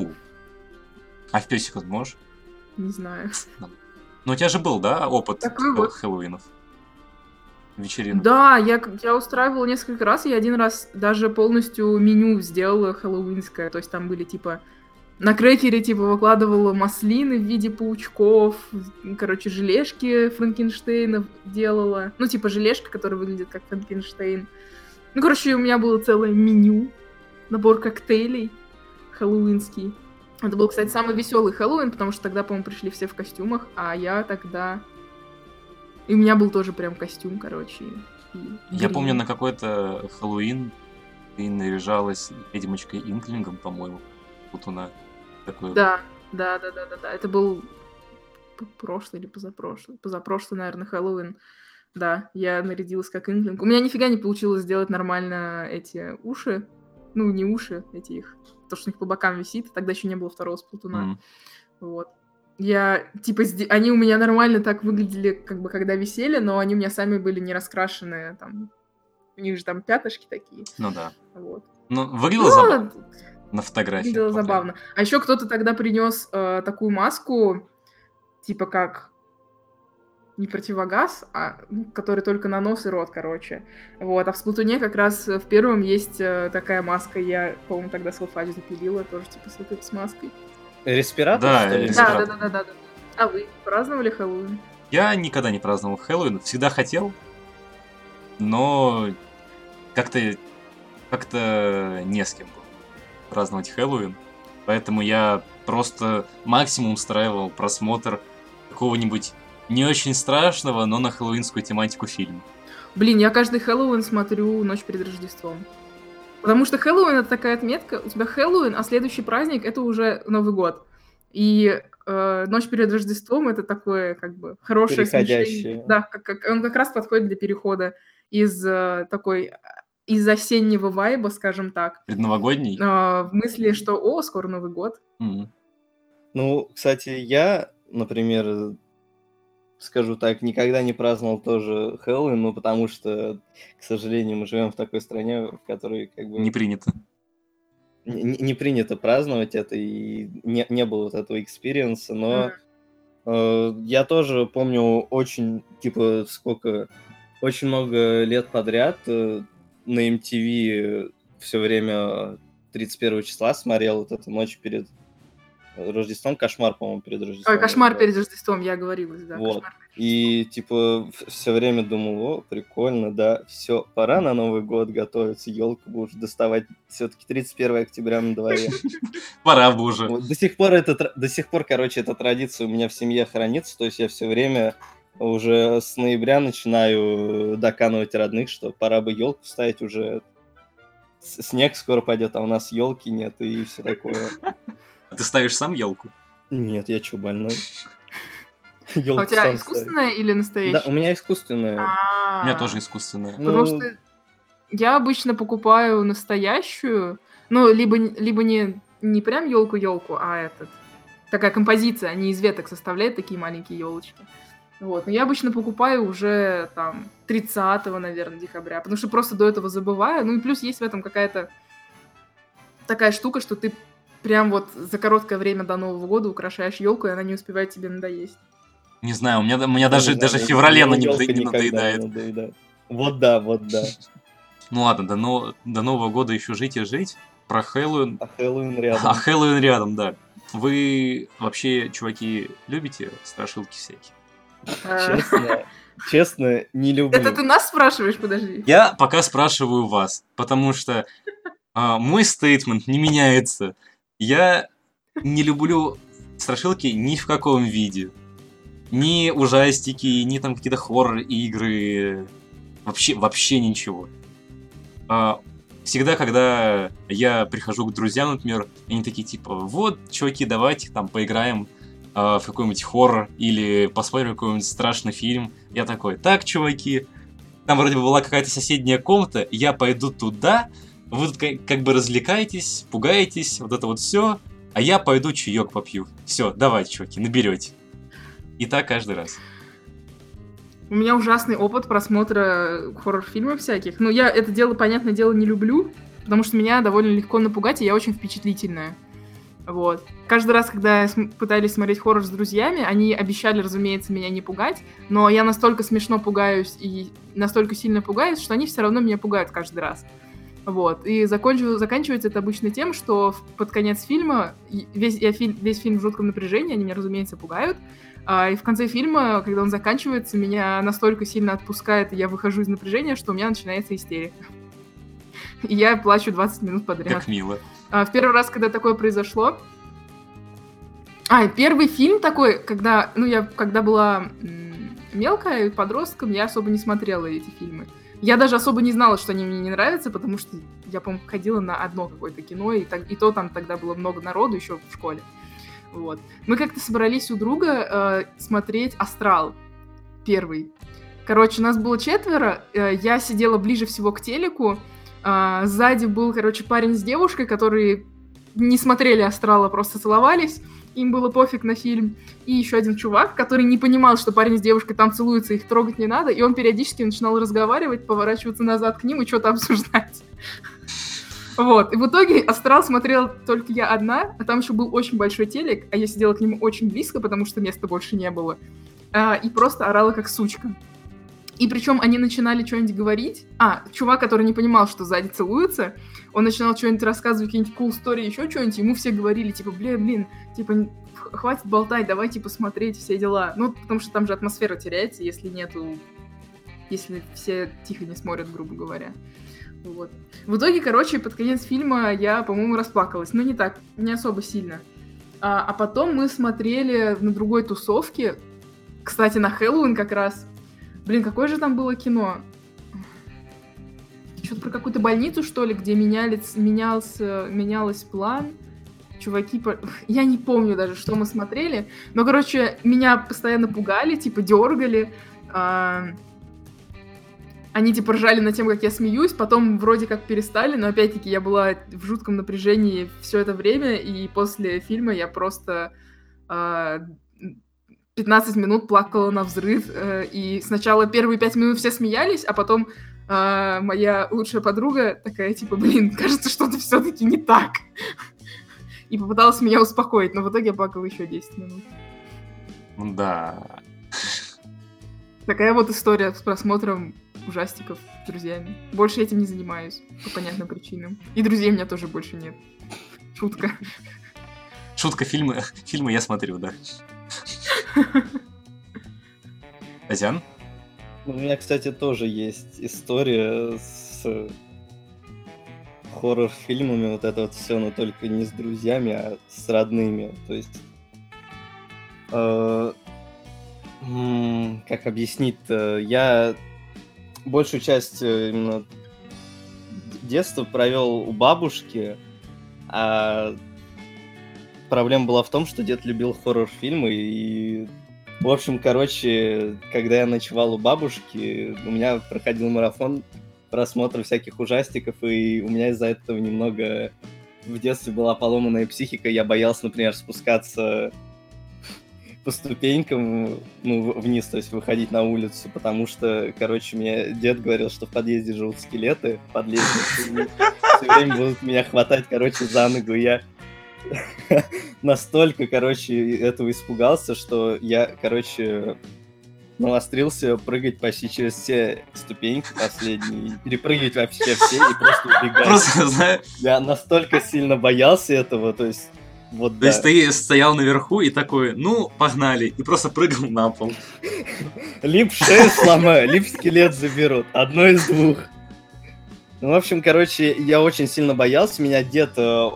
А в песика можешь? Не знаю. Ну, у тебя же был, да, опыт Хэллоуинов? Вечеринок? Да, я устраивала несколько раз, и 1 раз даже полностью меню сделала хэллоуинское. То есть там были, на крекере, выкладывала маслины в виде паучков, желешки Франкенштейна делала. Желешка, которая выглядит как Франкенштейн. У меня было целое меню, набор коктейлей хэллоуинский. Это был, кстати, самый веселый Хэллоуин, потому что тогда, по-моему, пришли все в костюмах, а я тогда... И у меня был тоже прям костюм, Я помню, на какой-то Хэллоуин ты наряжалась ведьмочкой Инклингом, по-моему. Путуна. Такой... Да. Это был прошлый или позапрошлый. Позапрошлый, наверное, Хэллоуин. Да, я нарядилась как Инклинг. У меня нифига не получилось сделать нормально эти уши. Ну, не уши, эти их. То, что у них по бокам висит. Тогда еще не было 2-го Сплатуна. Вот. Они у меня нормально так выглядели, когда висели, но они у меня сами были не раскрашенные. У них же там пятнышки такие. Ну да. Вот. Ну, выглядело забавно. На фотографии. Выглядело забавно. А еще кто-то тогда принес такую маску, как не противогаз, который только на нос и рот, Вот. А в Сплатуне как раз в первом есть такая маска. Я, по-моему, тогда селфач запилила, тоже с маской. Респиратор, да, что ли? Да. А вы праздновали Хэллоуин? Я никогда не праздновал Хэллоуин. Всегда хотел, но как-то не с кем было праздновать Хэллоуин. Поэтому я просто максимум устраивал просмотр какого-нибудь не очень страшного, но на хэллоуинскую тематику фильма. Блин, я каждый Хэллоуин смотрю «Ночь перед Рождеством». Потому что Хэллоуин — это такая отметка. У тебя Хэллоуин, а следующий праздник — это уже Новый год. И ночь перед Рождеством — это такое как бы хорошее смещение. Переходящее. Да, он как раз подходит для перехода из из осеннего вайба, скажем так, Предновогодний? в мысли, что скоро Новый год. Мгм. Ну, кстати, я, например, скажу так, никогда не праздновал тоже Хэллоуин, ну, потому что, к сожалению, мы живем в такой стране, в которой как бы Не принято. не принято праздновать это, и не было вот этого экспириенса, но я тоже помню очень, типа, очень много лет подряд на MTV все время 31 числа смотрел вот эту ночь перед Рождеством, кошмар, по-моему, перед Рождеством. Ой, кошмар перед Рождеством, я говорила, да. Вот. Кошмар. И, типа, все время думал, прикольно, да, все, пора на Новый год готовиться, елку будешь доставать, все-таки 31 октября на дворе. Пора бы уже. Вот, до сих пор, короче, эта традиция у меня в семье хранится, то есть я все время уже с ноября начинаю доканывать родных, что пора бы елку ставить уже. Снег скоро пойдет, а у нас елки нет и все такое. Ты ставишь сам елку? Нет, я че, больной? А у тебя искусственная или настоящая? Да, у меня искусственная. У меня тоже искусственная. Потому что я обычно покупаю настоящую, ну, либо не прям елку-елку, а такая композиция, они из веток составляют такие маленькие елочки. Вот. Но я обычно покупаю уже там 30, наверное, декабря, потому что просто до этого забываю. Ну и плюс есть в этом какая-то такая штука, что ты прям вот за короткое время до Нового года украшаешь елку, и она не успевает тебе надоесть. Не знаю, у меня даже в феврале она не надоедает. Вот да. Ну ладно, до Нового года еще жить и жить. Про Хэллоуин. А Хэллоуин рядом. А Хэллоуин рядом, да. Вы вообще, чуваки, любите страшилки всякие? Честно, не люблю. Это ты нас спрашиваешь, подожди? Я пока спрашиваю вас, потому что мой стейтмент не меняется. Я не люблю страшилки ни в каком виде. Ни ужастики, ни там какие-то хоррор-игры. Вообще ничего. Всегда, когда я прихожу к друзьям, например, они такие типа, вот, чуваки, давайте там поиграем в какой-нибудь хоррор или посмотрим какой-нибудь страшный фильм. Я такой, так, чуваки, там вроде бы была какая-то соседняя комната, я пойду туда, вы тут как бы развлекаетесь, пугаетесь, вот это вот все, а я пойду чаек попью. Все, давайте, чуваки, наберете. И так каждый раз. У меня ужасный опыт просмотра хоррор-фильмов всяких. Ну, я это дело, понятное дело, не люблю, потому что меня довольно легко напугать, и я очень впечатлительная. Вот. Каждый раз, когда пытались смотреть хоррор с друзьями, они обещали, разумеется, меня не пугать, но я настолько смешно пугаюсь и настолько сильно пугаюсь, что они все равно меня пугают каждый раз. Вот. И заканчивается это обычно тем, что под конец фильма, весь фильм в жутком напряжении, они меня, разумеется, пугают, и в конце фильма, когда он заканчивается, меня настолько сильно отпускает, и я выхожу из напряжения, что у меня начинается истерика. И я плачу 20 минут подряд. Как мило. В первый раз, когда такое произошло... Первый фильм такой, когда была мелкая и подростком, я особо не смотрела эти фильмы. Я даже особо не знала, что они мне не нравятся, потому что я, по-моему, ходила на одно какое-то кино, и то там тогда было много народу еще в школе. Вот. Мы как-то собрались у друга смотреть «Астрал» первый. Короче, нас было 4, я сидела ближе всего к телеку, сзади был, парень с девушкой, которые не смотрели «Астрал», а просто целовались, им было пофиг на фильм, и еще один чувак, который не понимал, что парень с девушкой там целуются, их трогать не надо, и он периодически начинал разговаривать, поворачиваться назад к ним и что-то обсуждать. Вот, и в итоге «Астрал» смотрела только я одна, а там еще был очень большой телек, а я сидела к нему очень близко, потому что места больше не было, и просто орала как сучка. И причем они начинали что-нибудь говорить. Чувак, который не понимал, что сзади целуются, он начинал что-нибудь рассказывать, какие-нибудь cool story, еще что-нибудь, ему все говорили, типа, блин, типа, хватит болтать, давайте посмотреть, все дела. Ну, потому что там же атмосфера теряется, если все тихо не смотрят, грубо говоря. Вот. В итоге, под конец фильма я, по-моему, расплакалась. Но не особо сильно. А потом мы смотрели на другой тусовке, кстати, на Хэллоуин как раз. Блин, какое же там было кино? что-то про какую-то больницу, что ли, где менялась план. Чуваки, я не помню даже, что мы смотрели, но, короче, меня постоянно пугали, типа, дергали. Они, типа, ржали над тем, как я смеюсь, потом вроде как перестали, но, опять-таки, я была в жутком напряжении все это время, и после фильма я просто 15 минут плакала на взрыв, и сначала первые 5 минут все смеялись, а потом моя лучшая подруга такая, типа, блин, кажется, что-то все-таки не так. И попыталась меня успокоить, но в итоге я плакала еще 10 минут. Да. Такая вот история с просмотром ужастиков с друзьями. Больше этим не занимаюсь, по понятным причинам. И друзей у меня тоже больше нет. Шутка. Шутка, фильмы я смотрю, да. Азян? У меня, кстати, тоже есть история с хоррор-фильмами, вот это вот все, но только не с друзьями, а с родными. То есть, как объяснить-то? Я большую часть именно детства провел у бабушки, а проблема была в том, что дед любил хоррор-фильмы, и, в общем, короче, когда я ночевал у бабушки, у меня проходил марафон просмотра всяких ужастиков, и у меня из-за этого немного в детстве была поломанная психика, я боялся, например, спускаться по ступенькам, вниз, то есть выходить на улицу, потому что, короче, мне дед говорил, что в подъезде живут скелеты под лестницей, и все время будут меня хватать, короче, за ногу, и я настолько, короче, этого испугался, что я, короче, навострился прыгать почти через все ступеньки последние, перепрыгивать вообще все и просто убегать. Просто, знаешь... Я настолько сильно боялся этого, то есть, вот То есть ты стоял наверху и такой, ну, погнали, и просто прыгал на пол. Либо шею сломаю, либо скелет заберут. Одно из двух. Ну, в общем, короче, я очень сильно боялся. Меня дед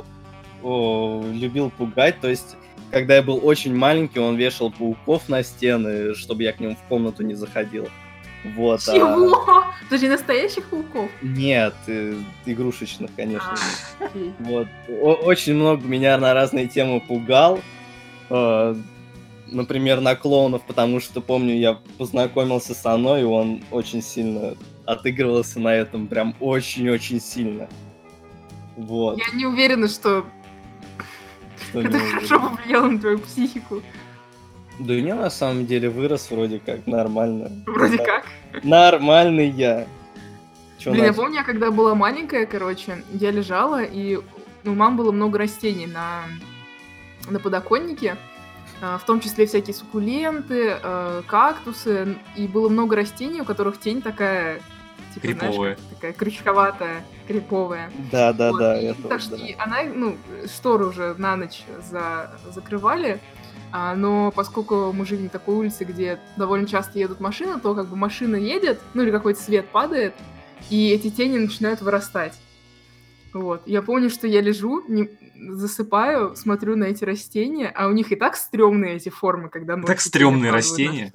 любил пугать, то есть... Когда я был очень маленький, он вешал пауков на стены, чтобы я к нему в комнату не заходил. Вот. Чего? Даже настоящих пауков? Нет, игрушечных, конечно. Вот. Очень много меня на разные темы пугал. Например, на клоунов, потому что, помню, я познакомился с Аной, и он очень сильно отыгрывался на этом, прям очень-очень сильно. Вот. Я не уверена, что... Это хорошо повлияло на твою психику. Да и у меня на самом деле вырос вроде как нормально. Вроде как? Нормальный я. Блин, я помню, когда была маленькая, короче, я лежала, и у мамы было много растений на подоконнике, в том числе всякие суккуленты, кактусы, и было много растений, у которых тень такая... Типа, криповая. Знаешь, такая крючковатая, криповая. Да, вот. я так что она, шторы уже на ночь закрывали, но поскольку мы жили на такой улице, где довольно часто едут машины, то как бы машина едет, или какой-то свет падает, и эти тени начинают вырастать. Вот. Я помню, что я лежу, засыпаю, смотрю на эти растения, а у них и так стрёмные эти формы, когда ночью так стрёмные растения.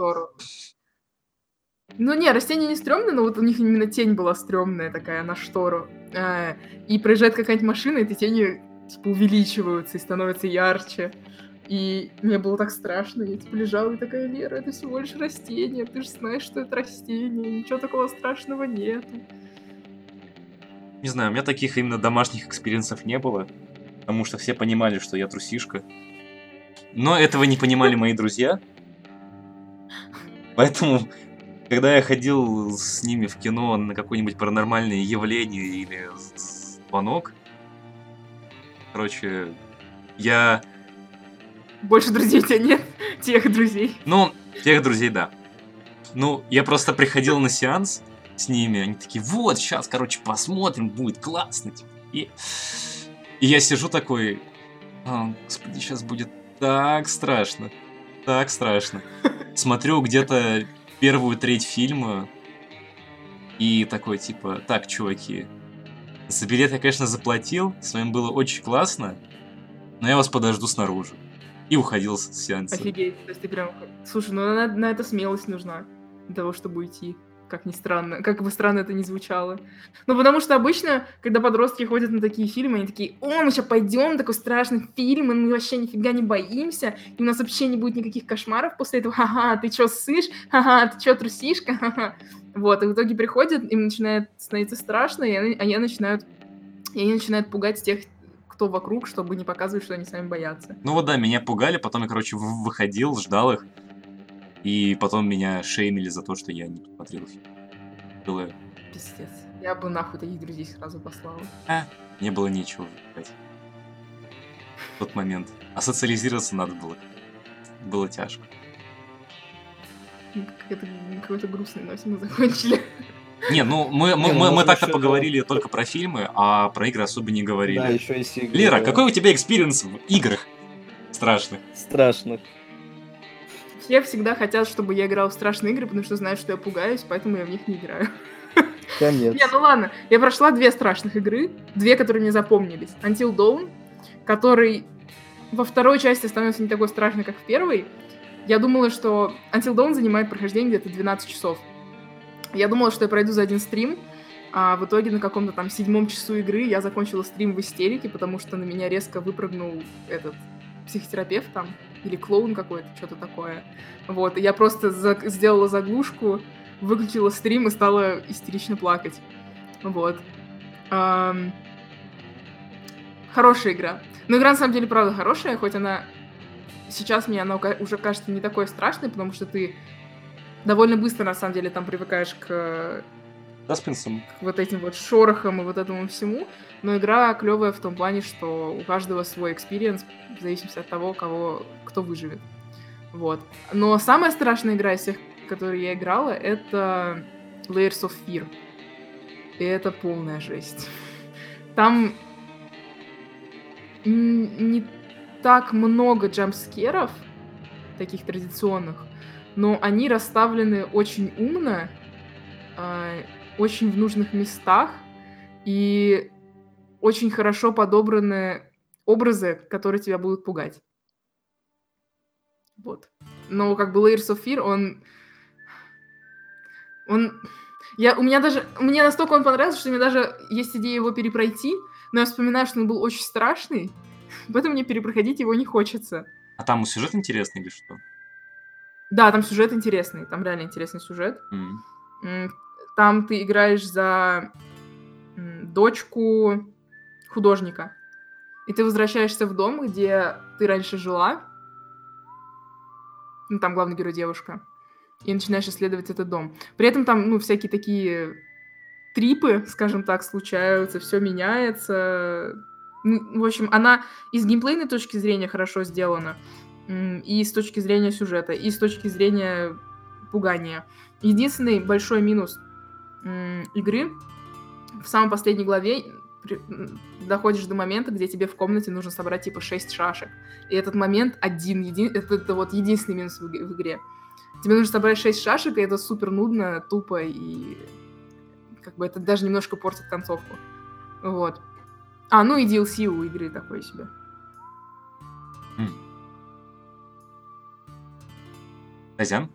Ну, не, растения не стрёмные, но вот у них именно тень была стрёмная такая на штору. И проезжает какая-нибудь машина, и эти тени, типа, увеличиваются и становятся ярче. И мне было так страшно. Я, типа, лежала и такая, Лера, это всего лишь растение. Ты же знаешь, что это растение. Ничего такого страшного нету. Не знаю, у меня таких именно домашних экспириенсов не было. Потому что все понимали, что я трусишка. Но этого не понимали мои друзья. Поэтому... Когда я ходил с ними в кино на какое-нибудь паранормальное явление или звонок, короче, я... Больше друзей у тебя нет? Тех друзей? Ну, тех друзей, да. Ну, я просто приходил на сеанс с ними, они такие, вот, сейчас, короче, посмотрим, будет классно. И я сижу такой, господи, сейчас будет так страшно, так страшно. Смотрю где-то... первую треть фильма и такой, типа, так, чуваки, за билет я, конечно, заплатил, с вами было очень классно, но я вас подожду снаружи. И уходил с сеанса. Офигеть, то есть ты прям... Слушай, ну на это смелость нужна для того, чтобы уйти. как ни странно, как бы странно это ни звучало. Ну, потому что обычно, когда подростки ходят на такие фильмы, они такие: о, мы сейчас пойдем, такой страшный фильм, и мы вообще нифига не боимся, и у нас вообще не будет никаких кошмаров после этого, ха-ха, ты чё ссышь, ха-ха, ты чё трусишка, ха-ха. Вот, и в итоге приходят, им начинает становиться страшно, и они начинают пугать тех, кто вокруг, чтобы не показывать, что они сами боятся. Ну вот да, меня пугали, потом я, короче, выходил, ждал их, и потом меня шеймили за то, что я не посмотрел фильм. Было... Пиздец. Я бы нахуй таких друзей сразу послала. Мне было нечего выбирать. В тот момент. А социализироваться надо было. Было тяжко. Какой-то грустный носик мы закончили. Не, ну мы так-то поговорили только про фильмы, а про игры особо не говорили. Да, еще есть игры. Лера, какой у тебя экспириенс в играх страшных? Страшных. Все всегда хотят, чтобы я играла в страшные игры, потому что знают, что я пугаюсь, поэтому я в них не играю. Конец. Не, ну ладно. Я прошла 2 страшных игры, 2, которые мне запомнились. Until Dawn, который во второй части становится не такой страшный, как в первой. Я думала, что Until Dawn занимает прохождение где-то 12 часов. Я думала, что я пройду за один стрим, а в итоге на каком-то там 7 часу игры я закончила стрим в истерике, потому что на меня резко выпрыгнул этот психотерапевт там, или клоун какой-то, что-то такое. Вот, и я просто сделала заглушку, выключила стрим и стала истерично плакать. Вот. Хорошая игра. Но игра на самом деле правда хорошая, хоть она... Сейчас мне она уже кажется не такой страшной, потому что ты довольно быстро, на самом деле, там привыкаешь к Саспенсом. вот этим вот шорохам и вот этому всему. Но игра клевая в том плане, что у каждого свой экспириенс, в зависимости от того, кто выживет. Вот. Но самая страшная игра из всех, которые я играла, это Layers of Fear. И это полная жесть. Там не так много джампскеров, таких традиционных, но они расставлены очень умно, очень в нужных местах, и очень хорошо подобраны образы, которые тебя будут пугать. Вот. Но как бы Layers of Fear, мне настолько он понравился, что у меня даже есть идея его перепройти, но я вспоминаю, что он был очень страшный, поэтому мне перепроходить его не хочется. А там сюжет интересный или что? Да, там сюжет интересный, там реально интересный сюжет. Там ты играешь за дочку художника, и ты возвращаешься в дом, где ты раньше жила. Ну, там главный герой девушка. И начинаешь исследовать этот дом. При этом там, всякие такие трипы, скажем так, случаются, все меняется. В общем, она и с геймплейной точки зрения хорошо сделана, и с точки зрения сюжета, и с точки зрения пугания. Единственный большой минус игры в самой последней главе доходишь до момента, где тебе в комнате нужно собрать типа 6 шашек. И этот момент это вот единственный минус в игре. Тебе нужно собрать 6 шашек, и это супер нудно, тупо, и как бы это даже немножко портит концовку. Вот. Ну и DLC у игры такой себе. Казян?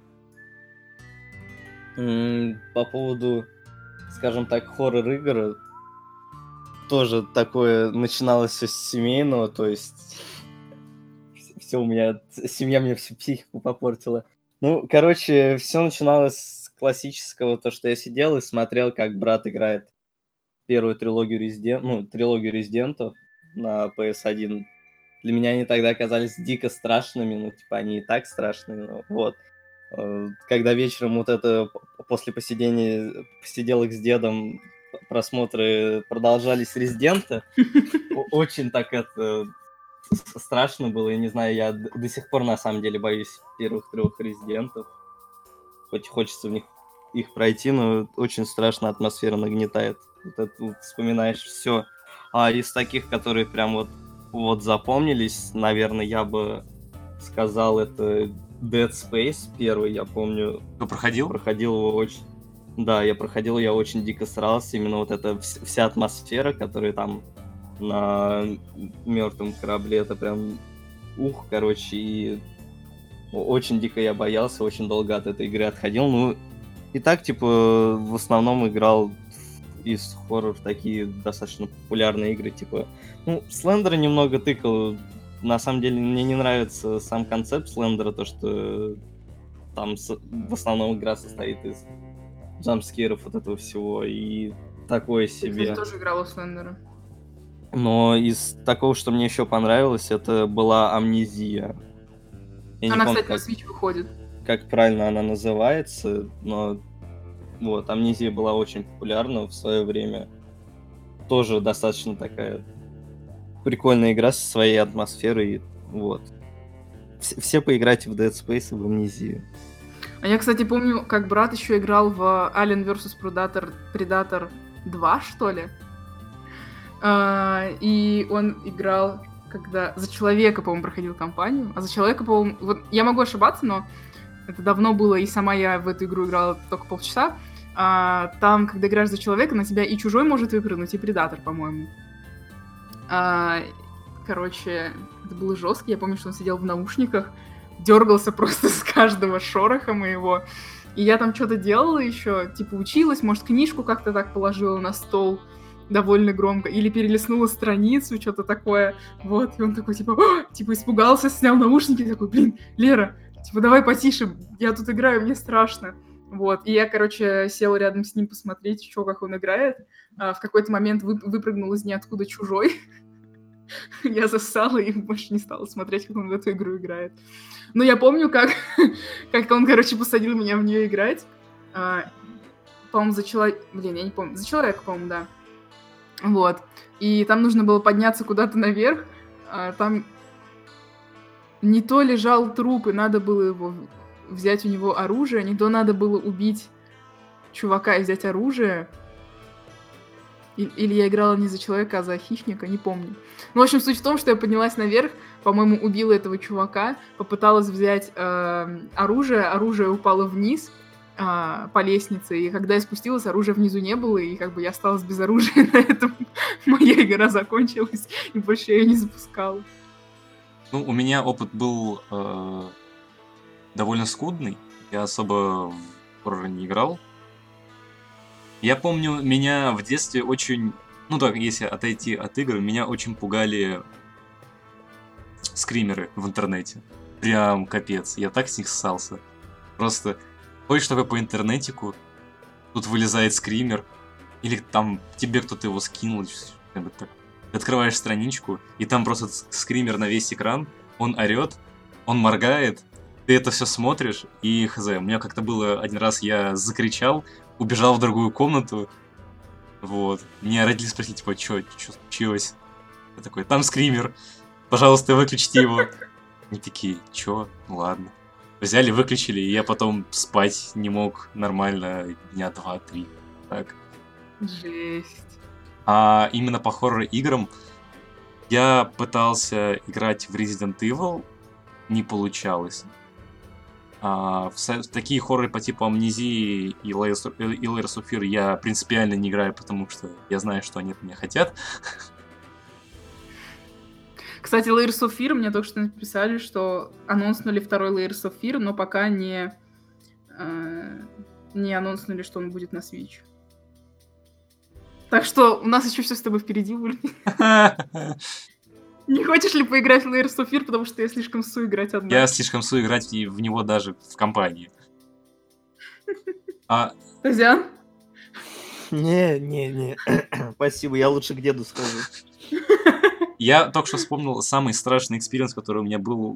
По поводу, скажем так, хоррор-игр, тоже такое начиналось все с семейного, то есть все у меня, семья мне всю психику попортила. Ну, короче, все начиналось с классического, то, что я сидел и смотрел, как брат играет первую трилогию Резидентов на PS1. Для меня они тогда оказались дико страшными, типа они и так страшные, но вот. Когда вечером вот это после посиделок с дедом просмотры продолжались Резидента, очень так это страшно было, я не знаю, я до сих пор на самом деле боюсь первых 3 Резидентов, хоть хочется в них их пройти, но очень страшно, атмосфера нагнетает, вот это вот вспоминаешь все. А из таких, которые прям вот запомнились, наверное, я бы сказал, это Dead Space первый, я помню. Ты проходил? Проходил его очень... Да, я проходил, я очень дико срался. Именно вот эта вся атмосфера, которая там на мертвом корабле, это прям короче, и очень дико я боялся, очень долго от этой игры отходил. Ну, И так, типа, в основном играл из хорроров такие достаточно популярные игры, типа... Ну, Слендера немного тыкал. На самом деле, мне не нравится сам концепт Слендера, то, что там в основном игра состоит из джампскеров, вот этого всего, и такое Я, себе. кстати, тоже играла в Слендера. Но из такого, что мне еще понравилось, это была Амнезия. Я не Она, помню, кстати, на Switch выходит. как правильно она называется, но вот, Амнезия была очень популярна в свое время. Тоже достаточно такая прикольная игра со своей атмосферой. Вот. Все поиграйте в Dead Space и в Амнезию. А я, кстати, помню, как брат еще играл в Alien vs. Predator 2, что ли? И он играл, когда за человека, по-моему, проходил кампанию. А за человека, по-моему... Вот я могу ошибаться, но это давно было, и сама я в эту игру играла только полчаса. Там, когда играешь за человека, на тебя и чужой может выпрыгнуть, и предатор, по-моему. Короче, это было жестко. Я помню, что он сидел в наушниках, дергался просто с каждого шороха моего. И я там что-то делала еще, типа училась, может, книжку как-то так положила на стол довольно громко, или перелистнула страницу, что-то такое. Вот, и он такой, типа испугался, снял наушники, такой, блин, Лера, типа, давай потише, я тут играю, мне страшно. Вот, и я, короче, села рядом с ним посмотреть, что, как он играет. В какой-то момент выпрыгнул из ниоткуда чужой. Я зассала и больше не стала смотреть, как он в эту игру играет. Но я помню, как он, короче, посадил меня в нее играть. По-моему, за человека... Блин, я не помню. За человека, по-моему, да. Вот. И там нужно было подняться куда-то наверх. Там не то лежал труп, и надо было его взять у него оружие, не то надо было убить чувака и взять оружие. Или я играла не за человека, а за хищника, не помню. Ну, в общем, суть в том, что я поднялась наверх, по-моему, убила этого чувака, попыталась взять оружие упало вниз по лестнице, и когда я спустилась, оружия внизу не было, и как бы я осталась без оружия, на этом моя игра закончилась, и больше я ее не запускала. Ну, у меня опыт был довольно скудный, я особо в хоррор не играл. Я помню, меня в детстве очень... Ну так, если отойти от игр, меня очень пугали скримеры в интернете. Прям капец, я так с них ссался. Просто ходишь такой по интернетику, тут вылезает скример, или там тебе кто-то его скинул, так. Открываешь страничку, и там просто скример на весь экран, он орет, он моргает, ты это все смотришь, и хз. У меня как-то было один раз, я закричал, убежал в другую комнату, вот. Меня родители спросили, типа, что случилось? Я такой, там скример, пожалуйста, выключите его. Они такие, чё? Ну ладно. Взяли, выключили, и я потом спать не мог нормально дня 2-3. Так. Жесть. А именно по хоррор-играм я пытался играть в Resident Evil, не получалось. В такие хорроры по типу Амнезии и Layers of Fear я принципиально не играю, потому что я знаю, что они от меня хотят. Кстати, Layers of Fear мне только что написали, что анонснули второй Layers of Fear, но пока не анонснули, что он будет на Switch. Так что у нас еще все с тобой впереди, Уль. Не хочешь ли поиграть в Layers of Fear, потому что я слишком су играть одна? Я слишком су играть в него даже в компании. Тазян? Не. Спасибо, я лучше к деду схожу. Я только что вспомнил самый страшный экспириенс, который у меня был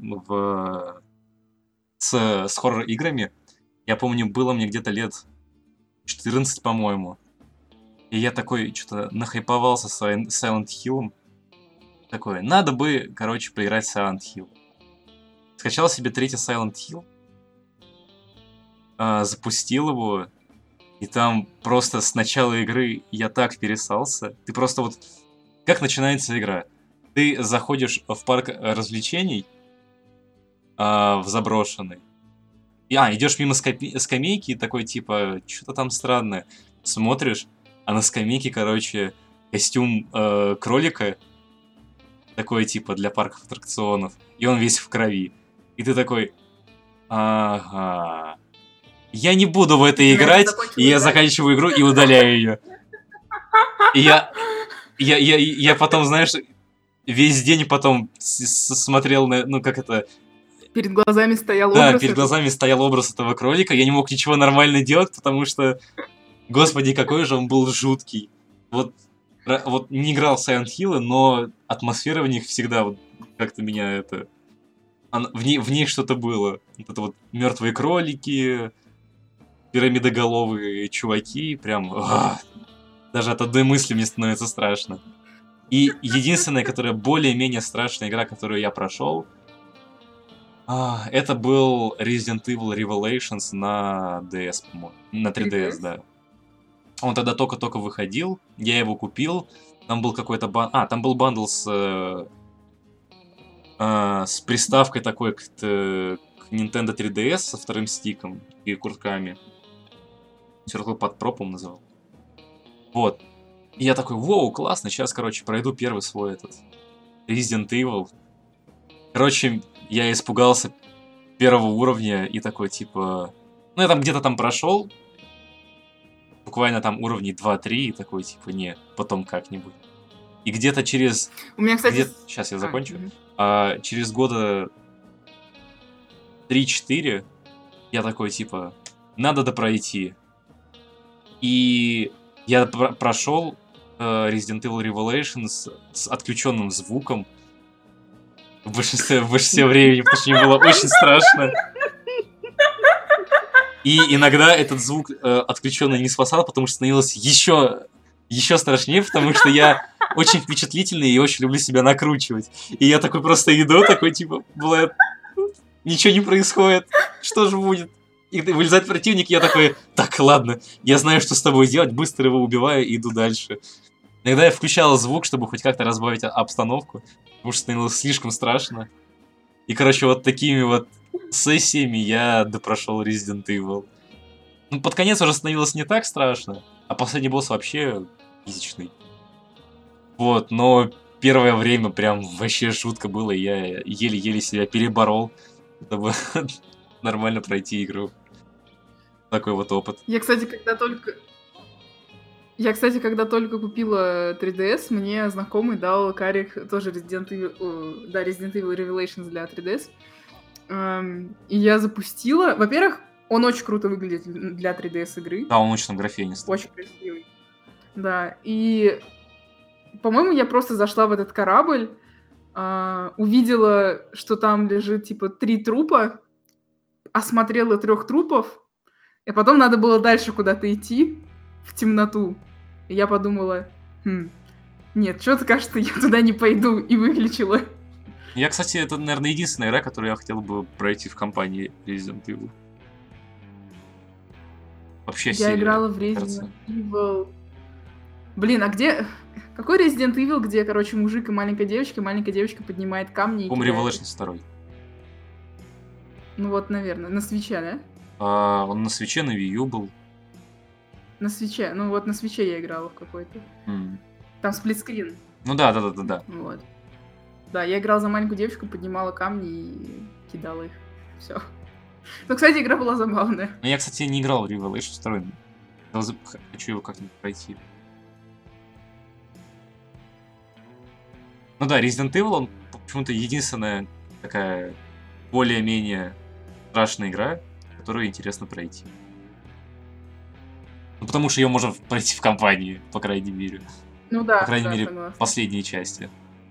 с хоррор-играми. Я помню, было мне где-то лет 14, по-моему. И я такой что-то нахайповался с Silent Hill. Такой, надо бы, короче, поиграть в Silent Hill. Скачал себе третий Silent Hill. Запустил его. И там просто с начала игры я так пересался. Ты просто вот... Как начинается игра? Ты заходишь в парк развлечений, в заброшенный. Идешь мимо скамейки и такой, типа, что-то там странное. Смотришь, а на скамейке, короче, костюм кролика. Такой, типа, для парков аттракционов. И он весь в крови. И ты такой, ага. я не буду в это Ты, наверное, играть, закончил и я играть. заканчиваю игру и удаляю ее. И я потом, знаешь, весь день потом смотрел на, ну как это, Перед глазами стоял да, образ перед этот. глазами стоял образ этого кролика, я не мог ничего нормально делать, потому что, господи, какой же он был жуткий. Вот не играл в Silent Hill, но атмосфера в них всегда вот как-то меня это... В ней что-то было. Вот это вот мертвые кролики, пирамидоголовые чуваки, прям... даже от одной мысли мне становится страшно. И единственная, которая более-менее страшная игра, которую я прошел, это был Resident Evil Revelations на DS, по-моему. На 3DS, 3DS? да. Он тогда только-только выходил, я его купил. Там был какой-то там был бандл с приставкой такой к Nintendo 3DS со вторым стиком и куртками. Circle под пропом называл. Вот. И я такой, воу, классно, сейчас, короче, пройду первый свой этот Resident Evil. Короче, я испугался первого уровня и такой, типа... Ну, я там где-то там прошел, буквально там уровней 2-3, и такой, типа, не, потом как-нибудь. И где-то через... У меня, кстати... Сейчас я закончу. Через года 3-4 я такой, типа, надо допройти. И я прошел Resident Evil Revelations с отключенным звуком в большинстве времени, потому что мне было очень страшно. И иногда этот звук отключенный не спасал, потому что становилось еще страшнее, потому что я очень впечатлительный и очень люблю себя накручивать. И я такой просто иду, такой типа, бывает, ничего не происходит, что же будет? И вылезает противник, и я такой, так, ладно, я знаю, что с тобой делать, быстро его убиваю и иду дальше. Иногда я включал звук, чтобы хоть как-то разбавить обстановку, потому что становилось слишком страшно. И, короче, вот такими вот сессиями я допрошел Resident Evil. Ну, под конец уже становилось не так страшно, а последний босс вообще физичный. Вот, но первое время прям вообще жутко было, и я еле-еле себя переборол, чтобы нормально пройти игру. Такой вот опыт. Я, кстати, когда только купила 3DS, мне знакомый дал карик тоже Resident Evil Revelations для 3DS. И я запустила. Во-первых, он очень круто выглядит для 3DS игры. Да, он очень на графенистый. Очень красивый. Да, и, по-моему, я просто зашла в этот корабль, увидела, что там лежит, типа, 3 трупа, осмотрела 3 трупов, и потом надо было дальше куда-то идти, в темноту. И я подумала, нет, что-то кажется, я туда не пойду, и выключила. Я, кстати, это, наверное, единственная игра, которую я хотел бы пройти в компании Resident Evil. Вообще Я играла в Resident Evil... Блин, а где... Какой Resident Evil, где, короче, мужик и маленькая девочка поднимает камни и По-моему, кидает Revelations 2. Ну вот, наверное, на свитче, да? Он на свитче, на Wii U был. На свитче, ну вот на свитче я играла в какой-то. Там сплитскрин. Ну да. Вот. Да, я играла за маленькую девочку, поднимала камни и кидала их. Все. Ну, кстати, игра была забавная. Но я, кстати, не играл в Revelations 2. Хочу его как-нибудь пройти. Ну да, Resident Evil, он почему-то единственная такая более-менее страшная игра, которую интересно пройти. Ну, потому что ее можно пройти в компании, по крайней мере. Ну да, по крайней мере, согласна. в последней части.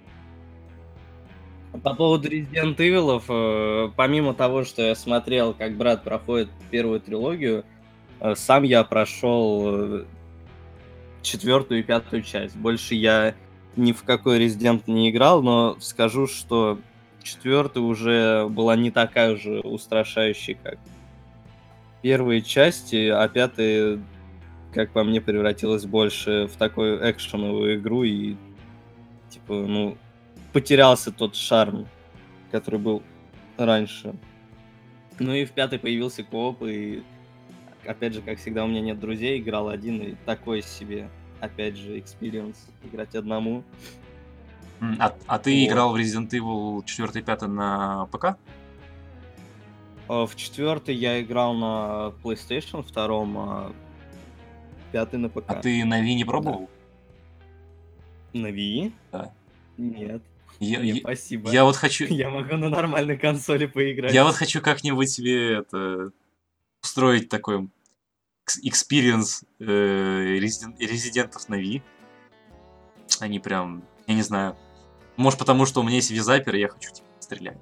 По поводу Resident Evil, помимо того, что я смотрел, как брат проходит первую трилогию, сам я прошел 4-ю и 5-ю часть. Больше я ни в какой Resident не играл, но скажу, что 4-я уже была не такая же устрашающая, как первые части, а 5-я, как по мне, превратилась больше в такую экшеновую игру и, типа, ну, потерялся тот шарм, который был раньше. Ну и в 5-й появился кооп, и, опять же, как всегда, у меня нет друзей, играл один, и такой себе, опять же, экспириенс играть одному. А ты играл в Resident Evil 4 и 5 на ПК? В 4 я играл на PlayStation 2, а 5 на ПК. А ты на Wii не Да. пробовал? На Wii? Да. Нет. Я, Не, я- спасибо. я вот хочу, Я могу на нормальной консоли поиграть. я вот хочу как-нибудь себе устроить такой experience резидентов на Wii. Они прям, я не знаю. Может, потому что у меня есть визапер, и я хочу типа стрелять.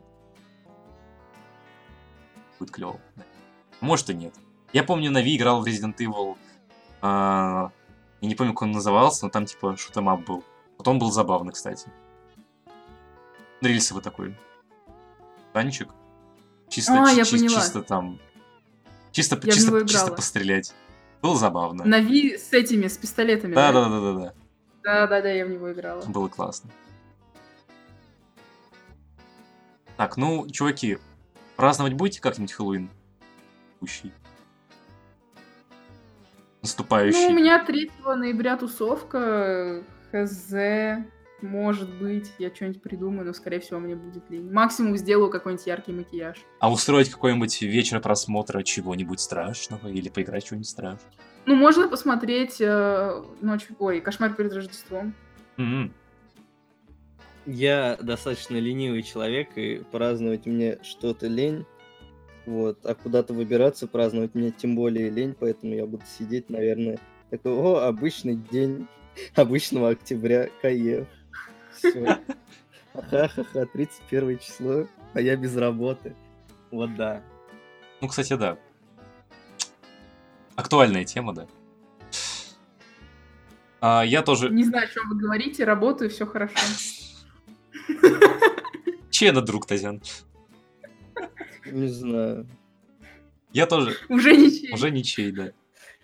Будет клево. Да. Может и нет. Я помню, на Wii играл в Resident Evil. Я не помню, как он назывался, но там типа шутэмап был. Вот он был забавный, кстати. Рельсовый такой. Танчик. Чисто, Я поняла. чисто там. Чисто, Я в него чисто играла. пострелять. Было забавно. На Wii с этими, с пистолетами, Да, да? да, да, да, да. Да, я в него играла. Было классно. Так, ну, чуваки, праздновать будете как-нибудь Хэллоуин? Текущий? Ну, у Наступающий. меня 3 ноября тусовка, хз, может быть, я что-нибудь придумаю, но, скорее всего, мне будет лень. Максимум сделаю какой-нибудь яркий макияж. А устроить какой-нибудь вечер просмотра чего-нибудь страшного или поиграть в что-нибудь страшное? Ну, можно посмотреть «Кошмар перед Рождеством». М. Я достаточно ленивый человек, и праздновать мне что-то лень. Вот, а куда-то выбираться праздновать мне тем более лень, поэтому я буду сидеть, наверное, такой, обычный день обычного октября, кайф. Все. Ха-ха-ха, 31 число, а я без работы. Вот да. Ну, кстати, да. Актуальная тема, да. Я тоже... Не знаю, о чем вы говорите, работаю, все хорошо. Чей это друг, Тазян? Не знаю. Я тоже... Уже ничего. Уже ничей, да.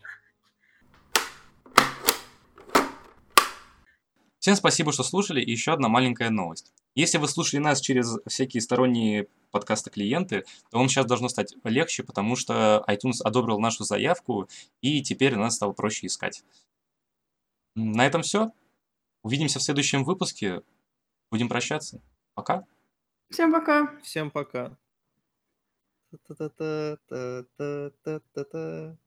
Всем спасибо, что слушали. И еще одна маленькая новость. Если вы слушали нас через всякие сторонние подкасты-клиенты, то вам сейчас должно стать легче, потому что iTunes одобрил нашу заявку, и теперь нас стало проще искать. На этом все. Увидимся в следующем выпуске. Будем прощаться. Пока. Всем пока. Всем пока. Та-та-та-та-та-та-та-та.